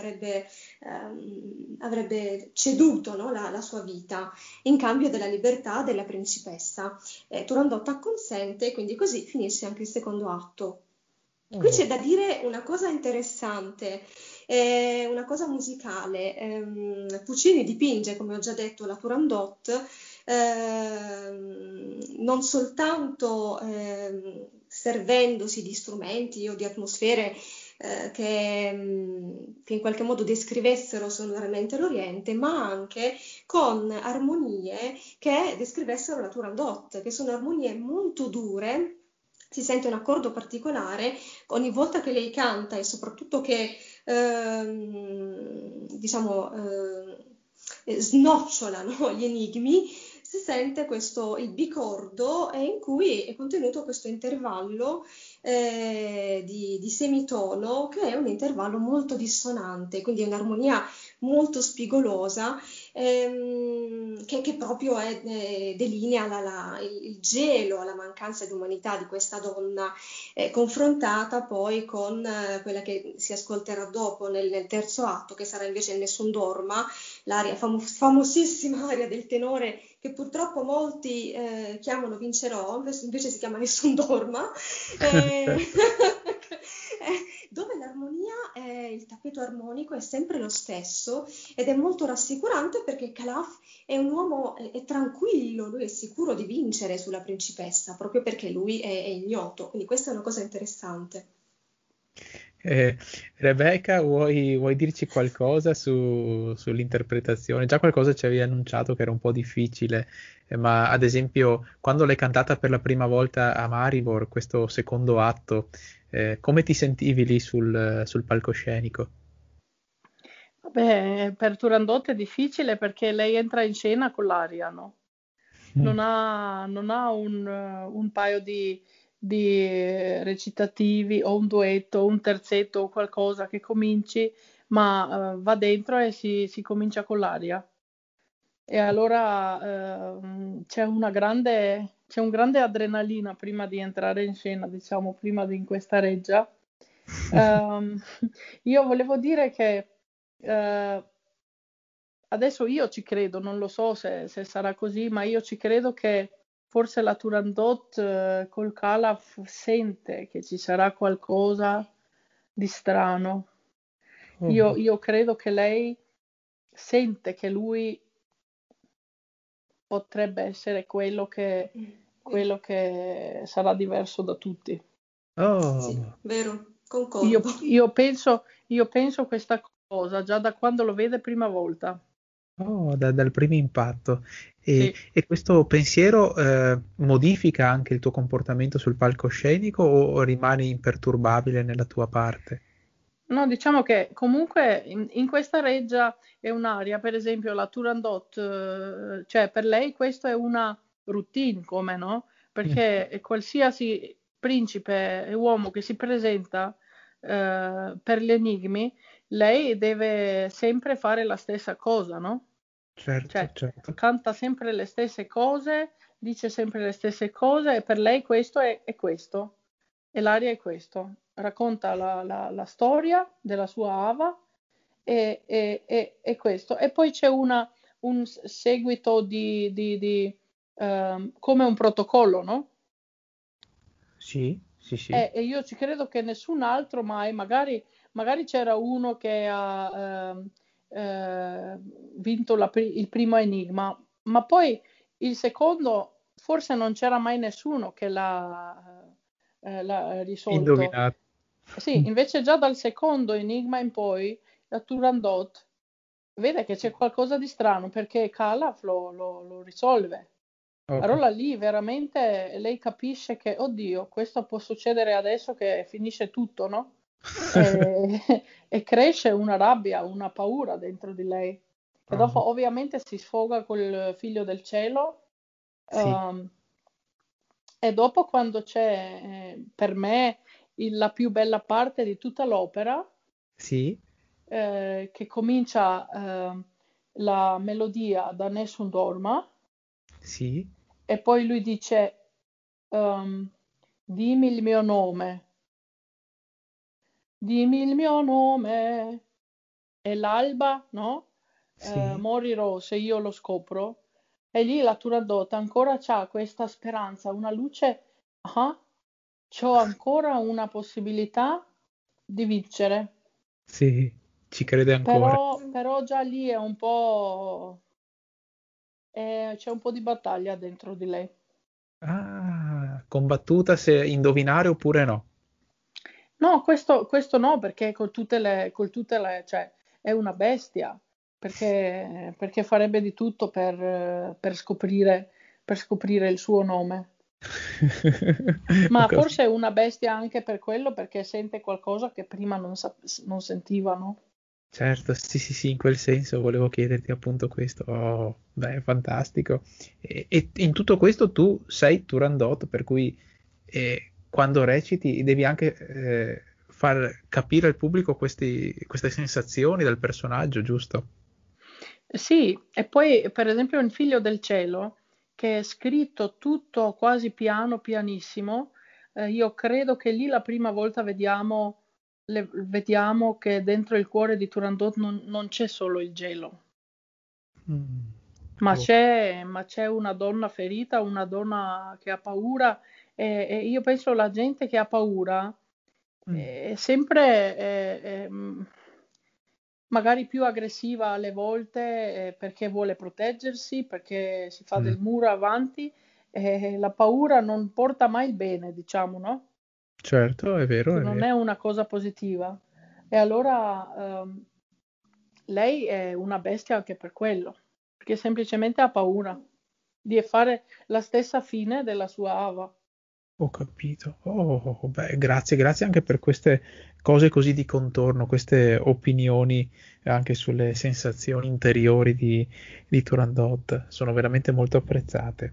avrebbe ceduto, no, la sua vita in cambio della libertà della principessa. Turandot acconsente, quindi così finisce anche il secondo atto. Qui c'è da dire una cosa interessante, una cosa musicale. Puccini dipinge, come ho già detto, la Turandot non soltanto servendosi di strumenti o di atmosfere che in qualche modo descrivessero sonoramente l'Oriente, ma anche con armonie che descrivessero la Turandot, che sono armonie molto dure. Si sente un accordo particolare ogni volta che lei canta, e soprattutto che snocciolano gli enigmi. Si sente il bicordo, in cui è contenuto questo intervallo di semitono, che è un intervallo molto dissonante, quindi è un'armonia molto spigolosa, che proprio delinea il gelo, la mancanza di umanità di questa donna, confrontata poi con quella che si ascolterà dopo nel terzo atto, che sarà invece Nessun Dorma, l'aria famosissima aria del tenore, che purtroppo molti chiamano Vincerò, invece si chiama Nessun Dorma, dove l'armonia è il tappeto punto armonico è sempre lo stesso ed è molto rassicurante perché Calaf è un uomo è tranquillo, lui è sicuro di vincere sulla principessa, proprio perché lui è ignoto, quindi questa è una cosa interessante. Eh, Rebecca, vuoi dirci qualcosa sull'interpretazione? Già qualcosa ci avevi annunciato che era un po' difficile, ma ad esempio quando l'hai cantata per la prima volta a Maribor, questo secondo atto, come ti sentivi lì sul palcoscenico? Vabbè, per Turandot è difficile perché lei entra in scena con l'aria, no? Mm. Non ha un paio di recitativi o un duetto, un terzetto o qualcosa che cominci, ma va dentro e si comincia con l'aria. E allora c'è un grande adrenalina prima di entrare in scena, diciamo, prima di in questa reggia. Ehm, io volevo dire che eh, adesso io ci credo, non lo so se sarà così, ma io ci credo che forse la Turandot col Calaf sente che ci sarà qualcosa di strano. Io, Oh. io credo che lei sente che lui potrebbe essere quello che sarà diverso da tutti. Sì, Oh. vero, Io, concordo. io penso, io penso questa cosa già da quando lo vede prima volta. Oh, dal primo impatto. E, Sì. e questo pensiero modifica anche il tuo comportamento sul palcoscenico o rimani imperturbabile nella tua parte? No, diciamo che comunque in questa reggia è un'aria, per esempio la Turandot, cioè per lei questo è una routine, come no? Mm. Perché qualsiasi principe e uomo che si presenta per gli enigmi, lei deve sempre fare la stessa cosa, no? Certo, Cioè certo. canta sempre le stesse cose, dice sempre le stesse cose e per lei questo è questo. E l'aria è questo. Racconta la storia della sua Ava e questo. E poi c'è un seguito come un protocollo, no? Sì, sì, sì. E io ci credo che nessun altro mai, magari c'era uno che ha vinto il primo enigma, ma poi il secondo forse non c'era mai nessuno che l'ha risolto. Indovinato. Sì, invece già dal secondo enigma in poi, la Turandot vede che c'è qualcosa di strano perché Calaf lo risolve. Ok. Allora lì veramente lei capisce che, oddio, questo può succedere adesso che finisce tutto, no? E, e cresce una rabbia, una paura dentro di lei, che Oh, dopo ovviamente si sfoga col figlio del cielo. sì, ehm, e dopo quando c'è, per me, la più bella parte di tutta l'opera, sì, che comincia la melodia da Nessun Dorma, sì, e poi lui dice, dimmi il mio nome, dimmi il mio nome, e l'alba, no? sì. Morirò se io lo scopro. E lì la Turandot ancora c'ha questa speranza, una luce, ah, c'ho ancora una possibilità di vincere. Sì, ci crede ancora. Però già lì è un po', c'è un po' di battaglia dentro di lei. Ah, combattuta se indovinare oppure no. No, questo no, perché cioè, è una bestia, perché farebbe di tutto per scoprire il suo nome. Ho Ma capito. forse è una bestia anche per quello, perché sente qualcosa che prima non sentiva, no? Certo, sì, sì, sì, in quel senso volevo chiederti appunto questo. Oh, beh, fantastico. E in tutto questo tu sei Turandot, per cui quando reciti devi anche far capire al pubblico queste sensazioni del personaggio, giusto? Sì, e poi per esempio in Figlio del Cielo, che è scritto tutto quasi piano, pianissimo, io credo che lì la prima volta vediamo che dentro il cuore di Turandot non c'è solo il gelo, Mm. ma Oh. c'è una donna ferita, una donna che ha paura, e io penso la gente che ha paura Mm. è sempre magari più aggressiva alle volte, perché vuole proteggersi, perché si fa Mm. del muro avanti, e la paura non porta mai il bene, diciamo, no? Certo, è vero, Che è non vero. è una cosa positiva. E allora lei è una bestia anche per quello, perché semplicemente ha paura di fare la stessa fine della sua Ava. Ho capito. Oh, beh, grazie, grazie anche per queste cose così di contorno, queste opinioni anche sulle sensazioni interiori di Turandot. Sono veramente molto apprezzate.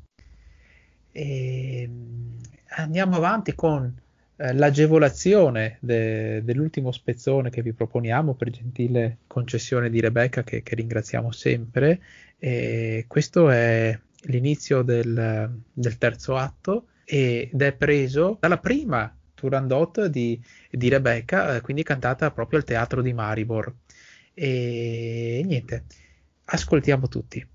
E, andiamo avanti con l'agevolazione dell'ultimo spezzone che vi proponiamo per gentile concessione di Rebecca, che ringraziamo sempre. E questo è l'inizio del terzo atto ed è preso dalla prima Turandot di Rebecca, quindi cantata proprio al teatro di Maribor. E niente, ascoltiamo tutti.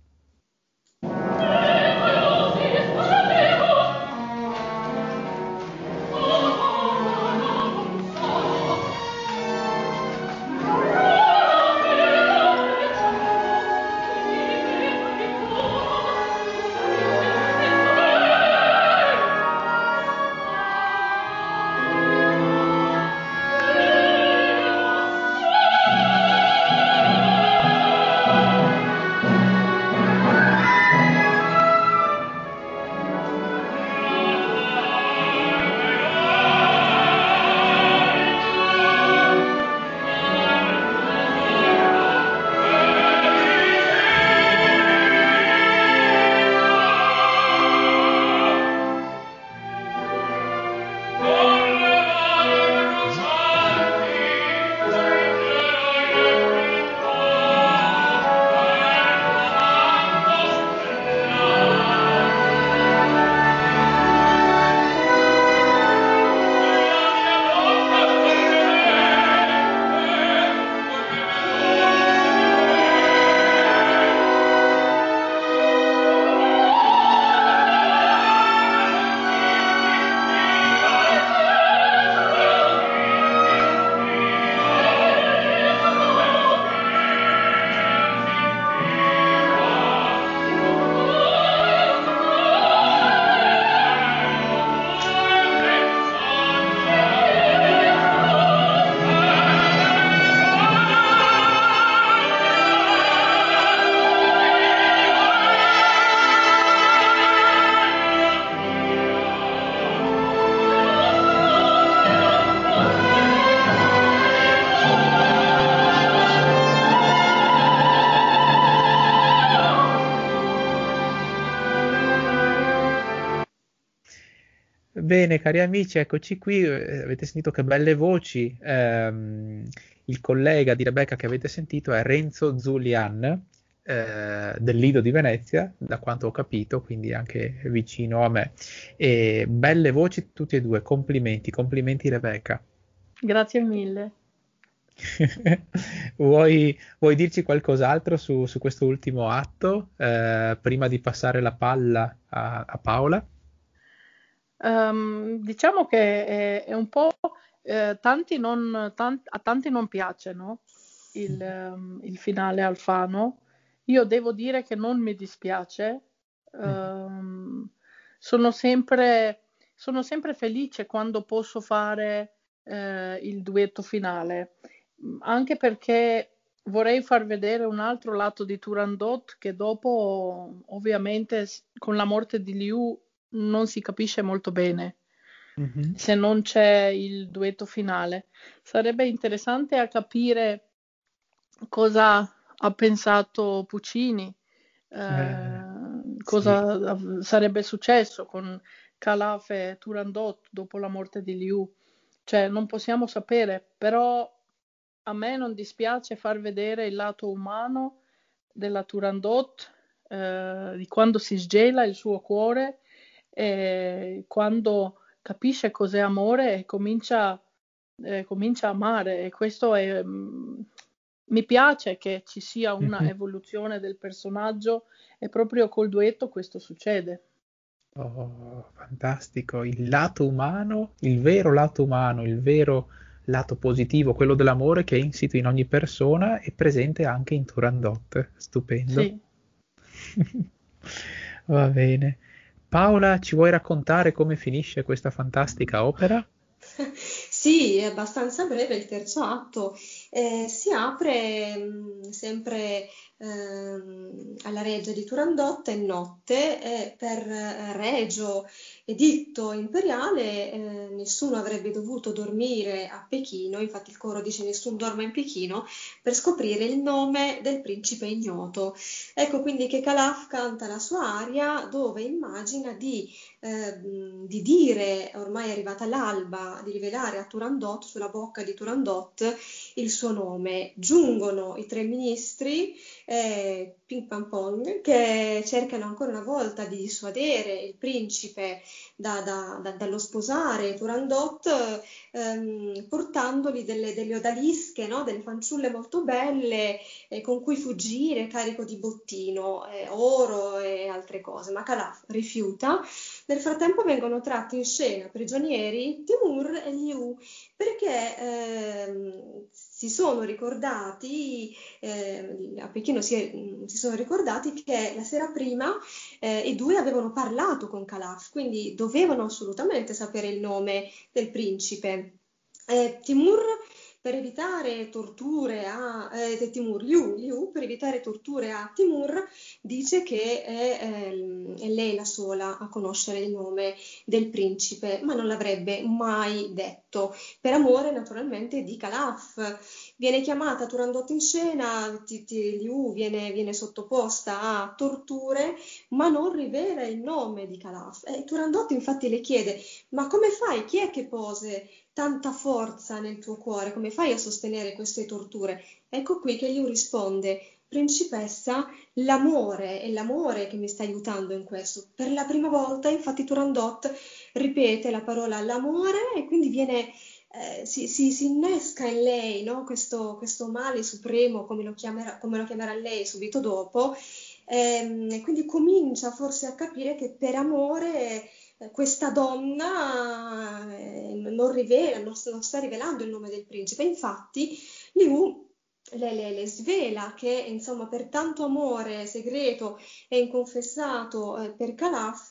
Bene, cari amici, eccoci qui. Avete sentito che belle voci. Il collega di Rebecca che avete sentito è Renzo Zulian, del Lido di Venezia, da quanto ho capito, quindi anche vicino a me. E belle voci tutti e due. Complimenti, complimenti Rebecca. Grazie mille. Vuoi dirci qualcos'altro su questo ultimo atto, prima di passare la palla a Paola? Diciamo che è un po', a tanti non piace, no? Il finale Alfano. Io devo dire che non mi dispiace. Ehm, sono sempre, sono sempre felice quando posso fare il duetto finale, anche perché vorrei far vedere un altro lato di Turandot che dopo, ovviamente, con la morte di Liu non si capisce molto bene Mhm. se non c'è il duetto finale. Sarebbe interessante a capire cosa ha pensato Puccini, Sì. cosa sarebbe successo con Calaf e Turandot dopo la morte di Liu. Cioè, non possiamo sapere, però a me non dispiace far vedere il lato umano della Turandot, di quando si sgela il suo cuore e quando capisce cos'è amore e comincia a amare. E questo è, mi piace che ci sia una Mhm. evoluzione del personaggio e proprio col duetto questo succede. Oh, fantastico, il lato umano, il vero lato umano, il vero lato positivo, quello dell'amore che è insito in ogni persona e presente anche in Turandot. Stupendo. Sì. Va bene. Paola, ci vuoi raccontare come finisce questa fantastica opera? Sì, è abbastanza breve il terzo atto. Si apre sempre alla Reggia di Turandot, è notte, e per Regio editto imperiale nessuno avrebbe dovuto dormire a Pechino, infatti il coro dice nessuno dorma in Pechino, per scoprire il nome del principe ignoto. Ecco quindi che Calaf canta la sua aria dove immagina di dire, ormai è arrivata l'alba, di rivelare a Turandot, sulla bocca di Turandot, il suo nome. Giungono i tre ministri, Ping Pam Pong, che cercano ancora una volta di dissuadere il principe dallo sposare Turandot, portandogli delle odalische, no? Delle fanciulle molto belle con cui fuggire, carico di bottino, oro e altre cose. Ma Calaf rifiuta. Nel frattempo vengono tratti in scena prigionieri Timur e Liu perché si sono ricordati, a Pechino si sono ricordati che la sera prima i due avevano parlato con Calaf, quindi dovevano assolutamente sapere il nome del principe. Timur per evitare torture Liu per evitare torture a Timur dice che è lei la sola a conoscere il nome del principe, ma non l'avrebbe mai detto, per amore naturalmente di Calaf. Viene chiamata Turandot in scena, Liu viene sottoposta a torture, ma non rivela il nome di Calaf. E Turandot infatti le chiede, ma come fai? Chi è che pose tanta forza nel tuo cuore? Come fai a sostenere queste torture? Ecco qui che Liu risponde, principessa, l'amore è l'amore che mi sta aiutando in questo. Per la prima volta, infatti, Turandot ripete la parola l'amore e quindi si innesca in lei, no? Questo male supremo, come lo chiamerà lei subito dopo, e quindi comincia forse a capire che per amore questa donna non sta rivelando il nome del principe. Infatti, Liu le svela che, insomma, per tanto amore segreto e inconfessato per Calaf,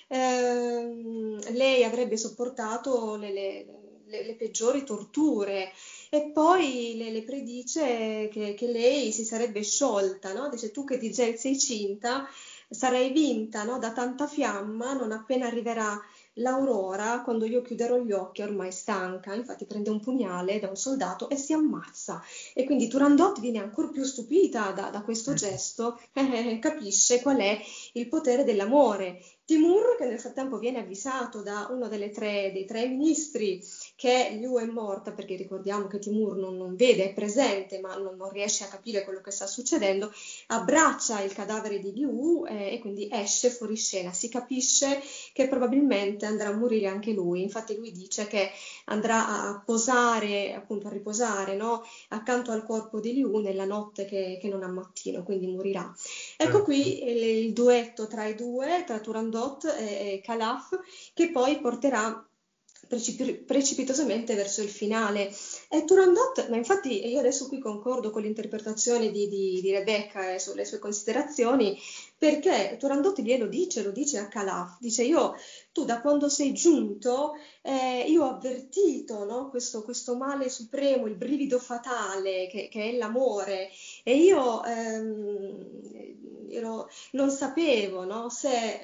lei avrebbe sopportato le peggiori torture. E poi le predice che lei si sarebbe sciolta, no? Dice tu che di gel sei cinta, sarai vinta, no? Da tanta fiamma non appena arriverà l'aurora, quando io chiuderò gli occhi, ormai stanca. Infatti prende un pugnale da un soldato e si ammazza. E quindi Turandot viene ancora più stupita da questo gesto, capisce qual è il potere dell'amore. Timur, che nel frattempo viene avvisato da uno dei tre ministri che Liu è morta, perché ricordiamo che Timur non vede, è presente, ma non riesce a capire quello che sta succedendo, abbraccia il cadavere di Liu e quindi esce fuori scena. Si capisce che probabilmente andrà a morire anche lui. Infatti lui dice che andrà a posare, appunto a riposare, no? Accanto al corpo di Liu nella notte che non ha mattino, quindi morirà. Ecco qui il duetto tra i due, tra Turandot e Calaf, che poi porterà precipitosamente verso il finale. E Turandot, ma infatti io adesso qui concordo con l'interpretazione di Rebecca e sulle sue considerazioni, perché Turandot lo dice a Calaf, dice tu da quando sei giunto, io ho avvertito, no, questo male supremo, il brivido fatale che è l'amore, e io non sapevo, no, se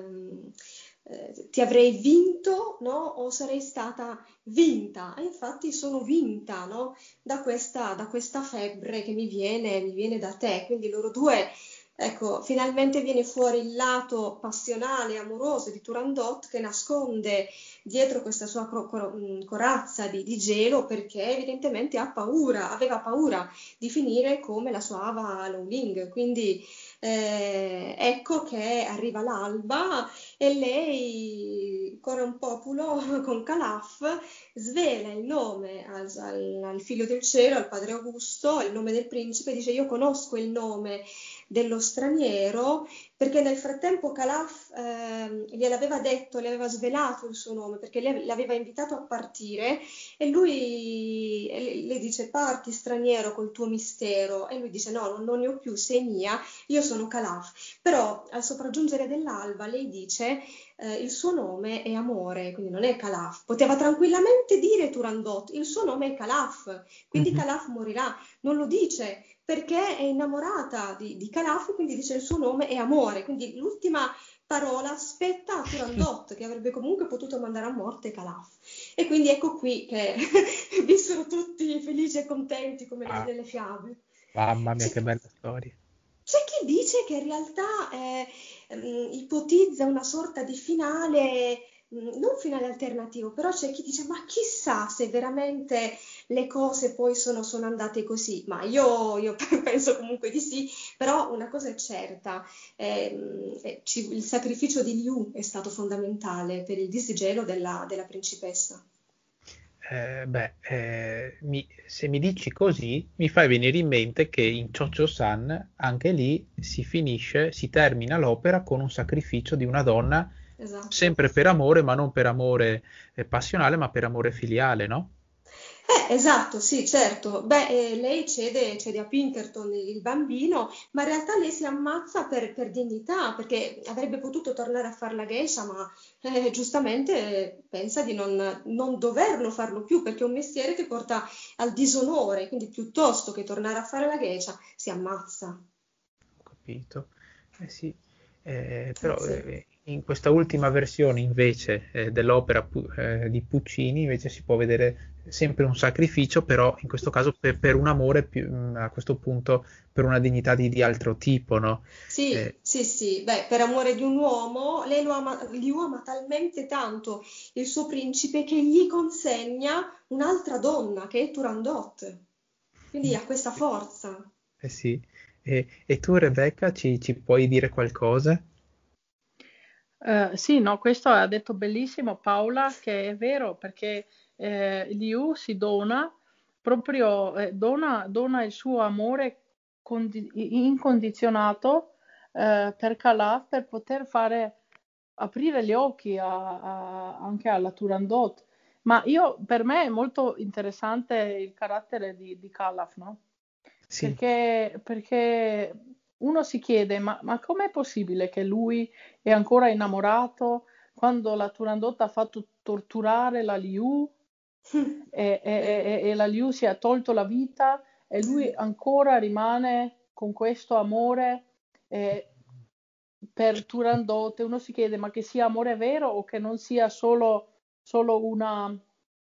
ti avrei vinto, no, o sarei stata vinta. E infatti sono vinta, no, da questa febbre che mi viene da te. Quindi loro due, ecco, finalmente viene fuori il lato passionale, amoroso di Turandot, che nasconde dietro questa sua corazza di gelo, perché evidentemente aveva paura di finire come la sua Ava Lowling. Quindi ecco che arriva l'alba e lei corre un populo con Calaf, svela il nome al figlio del cielo, al padre Augusto, il nome del principe, dice io conosco il nome dello straniero, perché nel frattempo Calaf gliel'aveva detto, le aveva svelato il suo nome, perché l'aveva invitato a partire e lui le dice parti straniero col tuo mistero e lui dice no, non ne ho più, sei mia, io sono Calaf. Però al sopraggiungere dell'alba lei dice il suo nome è Amore, quindi non è Calaf. Poteva tranquillamente dire Turandot, il suo nome è Calaf, quindi Mhm. Calaf morirà. Non lo dice perché è innamorata di Calaf, quindi dice il suo nome è Amore. Quindi l'ultima parola spetta a Turandot, che avrebbe comunque potuto mandare a morte Calaf. E quindi ecco qui che vissero tutti felici e contenti come Ah, nelle fiabe. mamma mia, C'è che bella storia. c'è chi dice che in realtà ipotizza una sorta di finale, non finale alternativo, però c'è chi dice ma chissà se veramente le cose poi sono andate così. Ma io penso comunque di sì, però una cosa è certa, il sacrificio di Liu è stato fondamentale per il disgelo della principessa. Se mi dici così, mi fai venire in mente che in Chocho-san anche lì si termina l'opera con un sacrificio di una donna, Esatto. sempre per amore, ma non per amore passionale, ma per amore filiale, no? Esatto, sì, certo. Beh, lei cede a Pinkerton il bambino, ma in realtà lei si ammazza per dignità, perché avrebbe potuto tornare a fare la geisha, ma giustamente pensa di non doverlo farlo più, perché è un mestiere che porta al disonore, quindi piuttosto che tornare a fare la geisha, si ammazza. Ho capito. Eh sì, Eh però sì. in questa ultima versione invece dell'opera di Puccini invece si può vedere sempre un sacrificio, però in questo caso per un amore a questo punto per una dignità di altro tipo, no? Sì, Eh, sì, sì, beh, per amore di un uomo, lei Liu ama talmente tanto il suo principe che gli consegna un'altra donna, che è Turandot. Quindi ha questa forza. sì. E tu Rebecca ci puoi dire qualcosa? Sì, no, questo ha detto benissimo Paola, che è vero, perché Liu si dona, proprio dona il suo amore incondizionato per Calaf per poter aprire gli occhi anche alla Turandot. Ma per me è molto interessante il carattere di Calaf, no? Sì. Perché uno si chiede, ma com'è possibile che lui è ancora innamorato quando la Turandot ha fatto torturare la Liu Vero. e la Liu si è tolto la vita e lui ancora rimane con questo amore eh, per Turandot? E uno si chiede, ma che sia amore vero o che non sia solo una,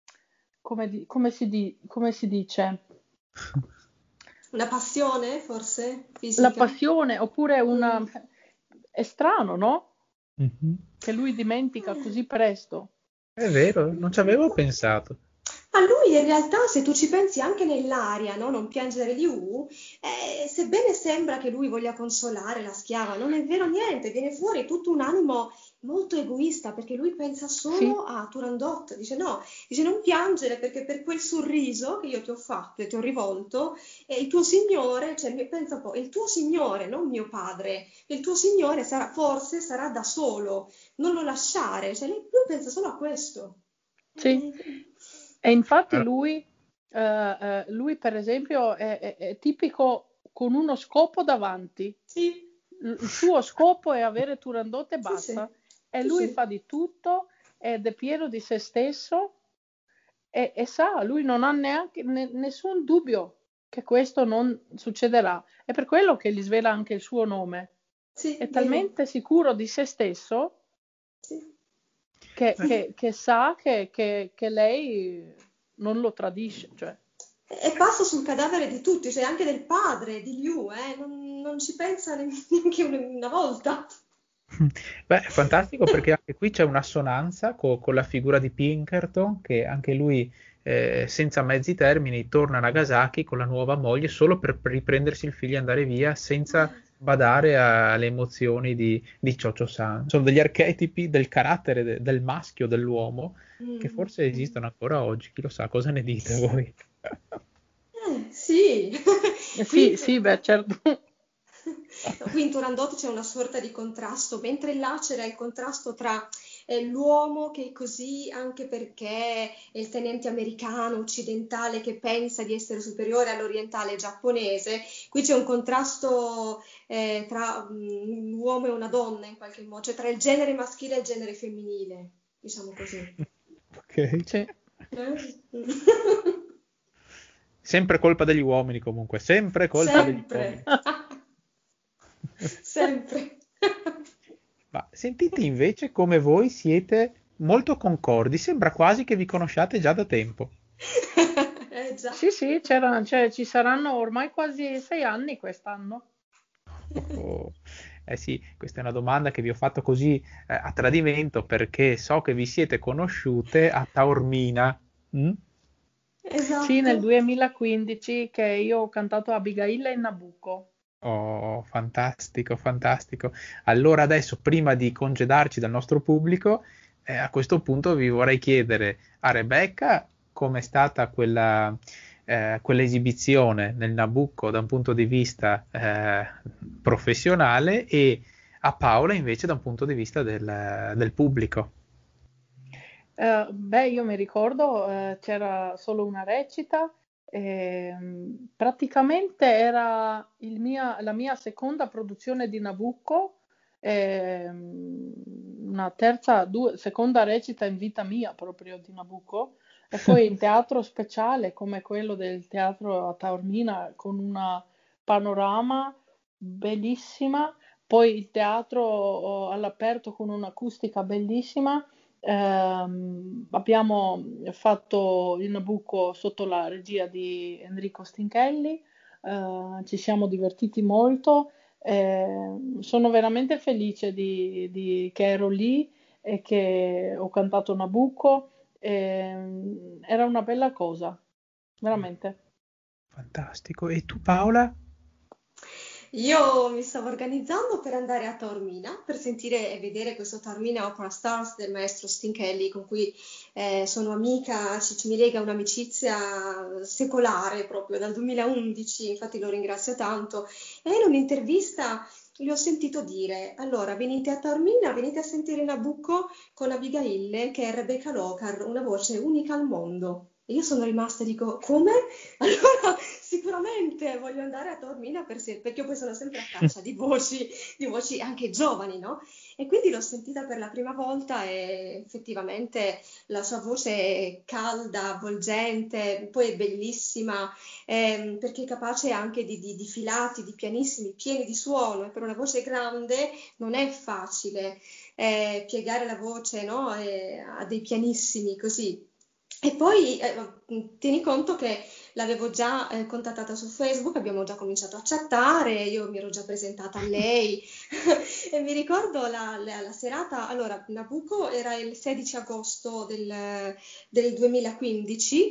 come si dice? Una passione, forse, La fisica? passione, oppure Mm. una... È strano, no? Mhm. Che lui dimentica così presto. È vero, non ci avevo pensato. Ma lui in realtà, se tu ci pensi anche nell'aria, no? Non piangere di sebbene sembra che lui voglia consolare la schiava, non è vero niente, viene fuori tutto un animo molto egoista, perché lui pensa Sì, solo a Turandot, dice no, dice non piangere perché per quel sorriso che io ti ho fatto e ti ho rivolto, il tuo signore, cioè pensa un po', il tuo signore, non mio padre, il tuo signore forse sarà da solo, non lo lasciare, cioè lui pensa solo a questo. sì. Mm. E infatti Allora, lui per esempio è tipico con uno scopo davanti. Sì, Il suo scopo è avere Turandot e sì, sì, basta. E sì, lui sì. fa di tutto ed è pieno di se stesso e sa, lui non ha neanche nessun dubbio che questo non succederà. È per quello che gli svela anche il suo nome. Sì, È vero, talmente sicuro di se stesso sì. che sa che lei non lo tradisce. Cioè. E passa sul cadavere di tutti, cioè anche del padre di Liu, non ci pensa neanche una volta. beh, è fantastico perché anche qui c'è un'assonanza con la figura di Pinkerton, che anche lui, senza mezzi termini, torna a Nagasaki con la nuova moglie solo per riprendersi il figlio e andare via senza badare alle emozioni di Cho-Cho-san. Sono degli archetipi del carattere del maschio, dell'uomo, che Mm, forse mm. esistono ancora oggi. Chi lo sa, cosa ne dite voi? Sì, Sì, sì, beh, Pinkerton. certo. Qui in Turandot c'è una sorta di contrasto, mentre là c'era il contrasto tra l'uomo che è così anche perché è il tenente americano occidentale che pensa di essere superiore all'orientale giapponese. Qui c'è un contrasto tra l'uomo e una donna in qualche modo, cioè tra il genere maschile e il genere femminile, diciamo così. Ok. Sì. Sempre colpa degli uomini comunque, sempre colpa degli uomini. Sempre, sempre. Ma sentite invece come voi siete molto concordi, sembra quasi che vi conosciate già da tempo. Già. Sì, ci saranno ormai quasi 6 anni quest'anno. Oh, eh sì, questa è una domanda che vi ho fatto così a tradimento perché so che vi siete conosciute a Taormina. Mm? Sì, nel Esatto. 2015 che io ho cantato Abigail in Nabucco. Oh, fantastico, fantastico. Allora adesso, prima di congedarci dal nostro pubblico, a questo punto vi vorrei chiedere a Rebecca com'è stata quell'esibizione nel Nabucco da un punto di vista professionale e a Paola invece da un punto di vista del pubblico. Beh, io mi ricordo, c'era solo una recita, praticamente era la mia seconda produzione di Nabucco, una seconda recita in vita mia proprio di Nabucco, e poi in teatro speciale come quello del teatro a Taormina con una panorama bellissima, poi il teatro all'aperto con un'acustica bellissima. Abbiamo fatto il Nabucco sotto la regia di Enrico Stinchelli, ci siamo divertiti molto, sono veramente felice che ero lì e che ho cantato Nabucco, era una bella cosa, veramente. Fantastico. E tu Paola? Io mi stavo organizzando per andare a Taormina per sentire e vedere questo Taormina Opera Stars del maestro Stinchelli con cui sono amica, mi lega un'amicizia secolare proprio dal 2011, infatti lo ringrazio tanto. E in un'intervista gli ho sentito dire: allora venite a Taormina, venite a sentire Nabucco con Abigail, che è Rebecca Locar, una voce unica al mondo. E io sono rimasta e dico: come? Allora sicuramente voglio andare a Taormina perché io poi sono sempre a caccia di voci anche giovani, no? E quindi l'ho sentita per la prima volta e effettivamente la sua voce è calda, avvolgente, poi è bellissima, perché è capace anche di filati, di pianissimi, pieni di suono, e per una voce grande non è facile piegare la voce, no? A dei pianissimi così. E poi tieni conto che l'avevo già contattata su Facebook, abbiamo già cominciato a chattare, io mi ero già presentata a lei e mi ricordo la serata, allora Nabucco era il 16 agosto del 2015,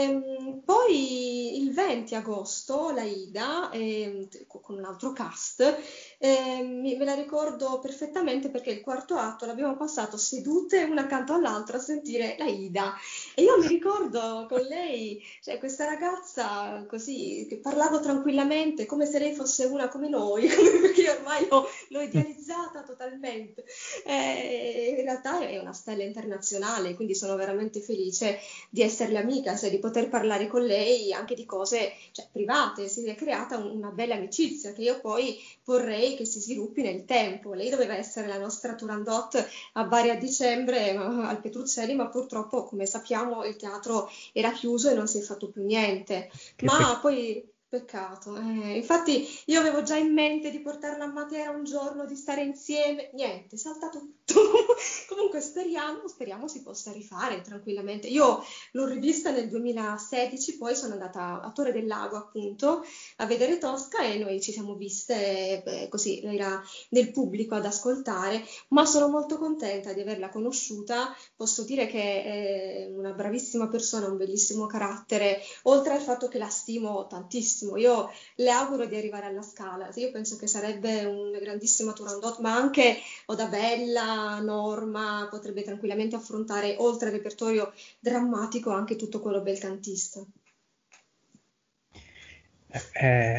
poi il 20 agosto la Ida con un altro cast, me la ricordo perfettamente perché il quarto atto l'abbiamo passato sedute una accanto all'altra a sentire la Ida. E io mi ricordo con lei, cioè questa ragazza così, che parlavo tranquillamente, come se lei fosse una come noi, perché io ormai l'ho idealizzata totalmente. In realtà è una stella internazionale, quindi sono veramente felice di esserle amica, cioè di poter parlare con lei anche di cose, cioè, private. Si è creata una bella amicizia che io poi vorrei che si sviluppi nel tempo. Lei doveva essere la nostra Turandot a Bari a dicembre al Petruzzelli, ma purtroppo, come sappiamo, il teatro era chiuso e non si è fatto più niente. Ma poi peccato. Infatti io avevo già in mente di portarla a Matera un giorno, di stare insieme. Niente, è saltato tutto. Comunque speriamo si possa rifare tranquillamente. Io l'ho rivista nel 2016, poi sono andata a Torre del Lago, appunto, a vedere Tosca e noi ci siamo viste così, era nel pubblico ad ascoltare, ma sono molto contenta di averla conosciuta. Posso dire che è una bravissima persona, un bellissimo carattere, oltre al fatto che la stimo tantissimo. Io le auguro di arrivare alla Scala. Io penso che sarebbe una grandissima Turandot, ma anche Odabella, Norma, potrebbe tranquillamente affrontare, oltre al repertorio drammatico, anche tutto quello belcantista.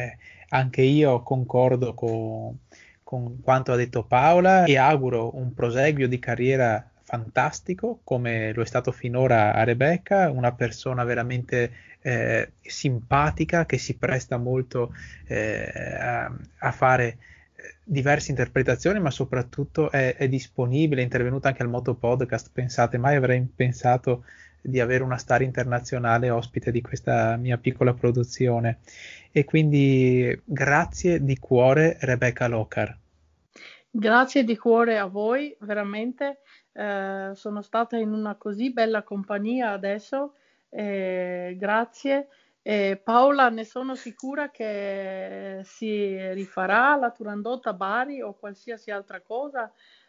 Anche io concordo con quanto ha detto Paola e auguro un proseguio di carriera fantastico come lo è stato finora a Rebecca, una persona veramente simpatica che si presta molto a fare diverse interpretazioni, ma soprattutto è disponibile, è intervenuta anche al Moto Podcast. Pensate, mai avrei pensato di avere una star internazionale ospite di questa mia piccola produzione. E quindi grazie di cuore Rebecca Locar. Grazie di cuore a voi, veramente. Sono stata in una così bella compagnia adesso. Grazie. Paola, ne sono sicura che si rifarà la Turandot a Bari o qualsiasi altra cosa.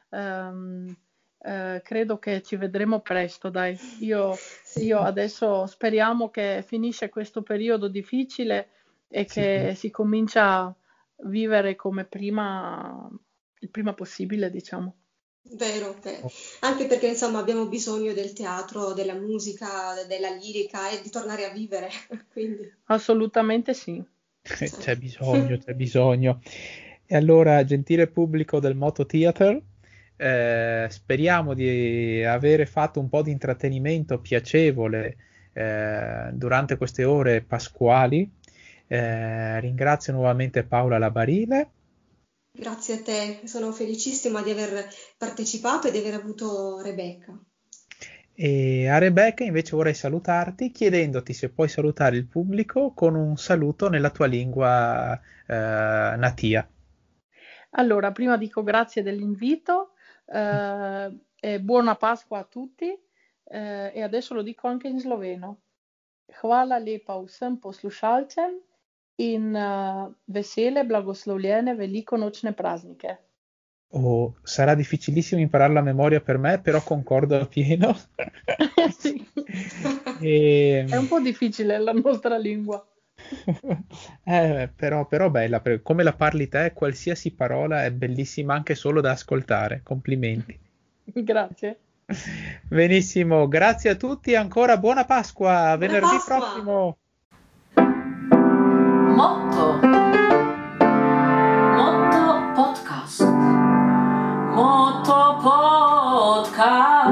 Credo che ci vedremo presto, dai. Io adesso speriamo che finisce questo periodo difficile e che si comincia a vivere come prima, il prima possibile, diciamo. Vero, anche perché insomma abbiamo bisogno del teatro, della musica, della lirica e di tornare a vivere, quindi. Assolutamente sì. C'è bisogno. E allora, gentile pubblico del Moto Theater, speriamo di avere fatto un po' di intrattenimento piacevole durante queste ore pasquali. Ringrazio nuovamente Paola Labarile. Grazie a te, sono felicissima di aver partecipato e di aver avuto Rebecca. E a Rebecca invece vorrei salutarti chiedendoti se puoi salutare il pubblico con un saluto nella tua lingua natia. Allora, prima dico grazie dell'invito e buona Pasqua a tutti e adesso lo dico anche in sloveno. Hvala lepa vsem poslušalcem in vesele, blagoslovljene velikonočne praznike. Oh, sarà difficilissimo impararla a memoria per me, però concordo appieno. Sì. È un po' difficile la nostra lingua. Però bella, come la parli te, qualsiasi parola è bellissima anche solo da ascoltare. Complimenti. Grazie. Benissimo, grazie a tutti e ancora buona Pasqua, Buona venerdì Pasqua! prossimo. Motto Podcast. Motto Podcast.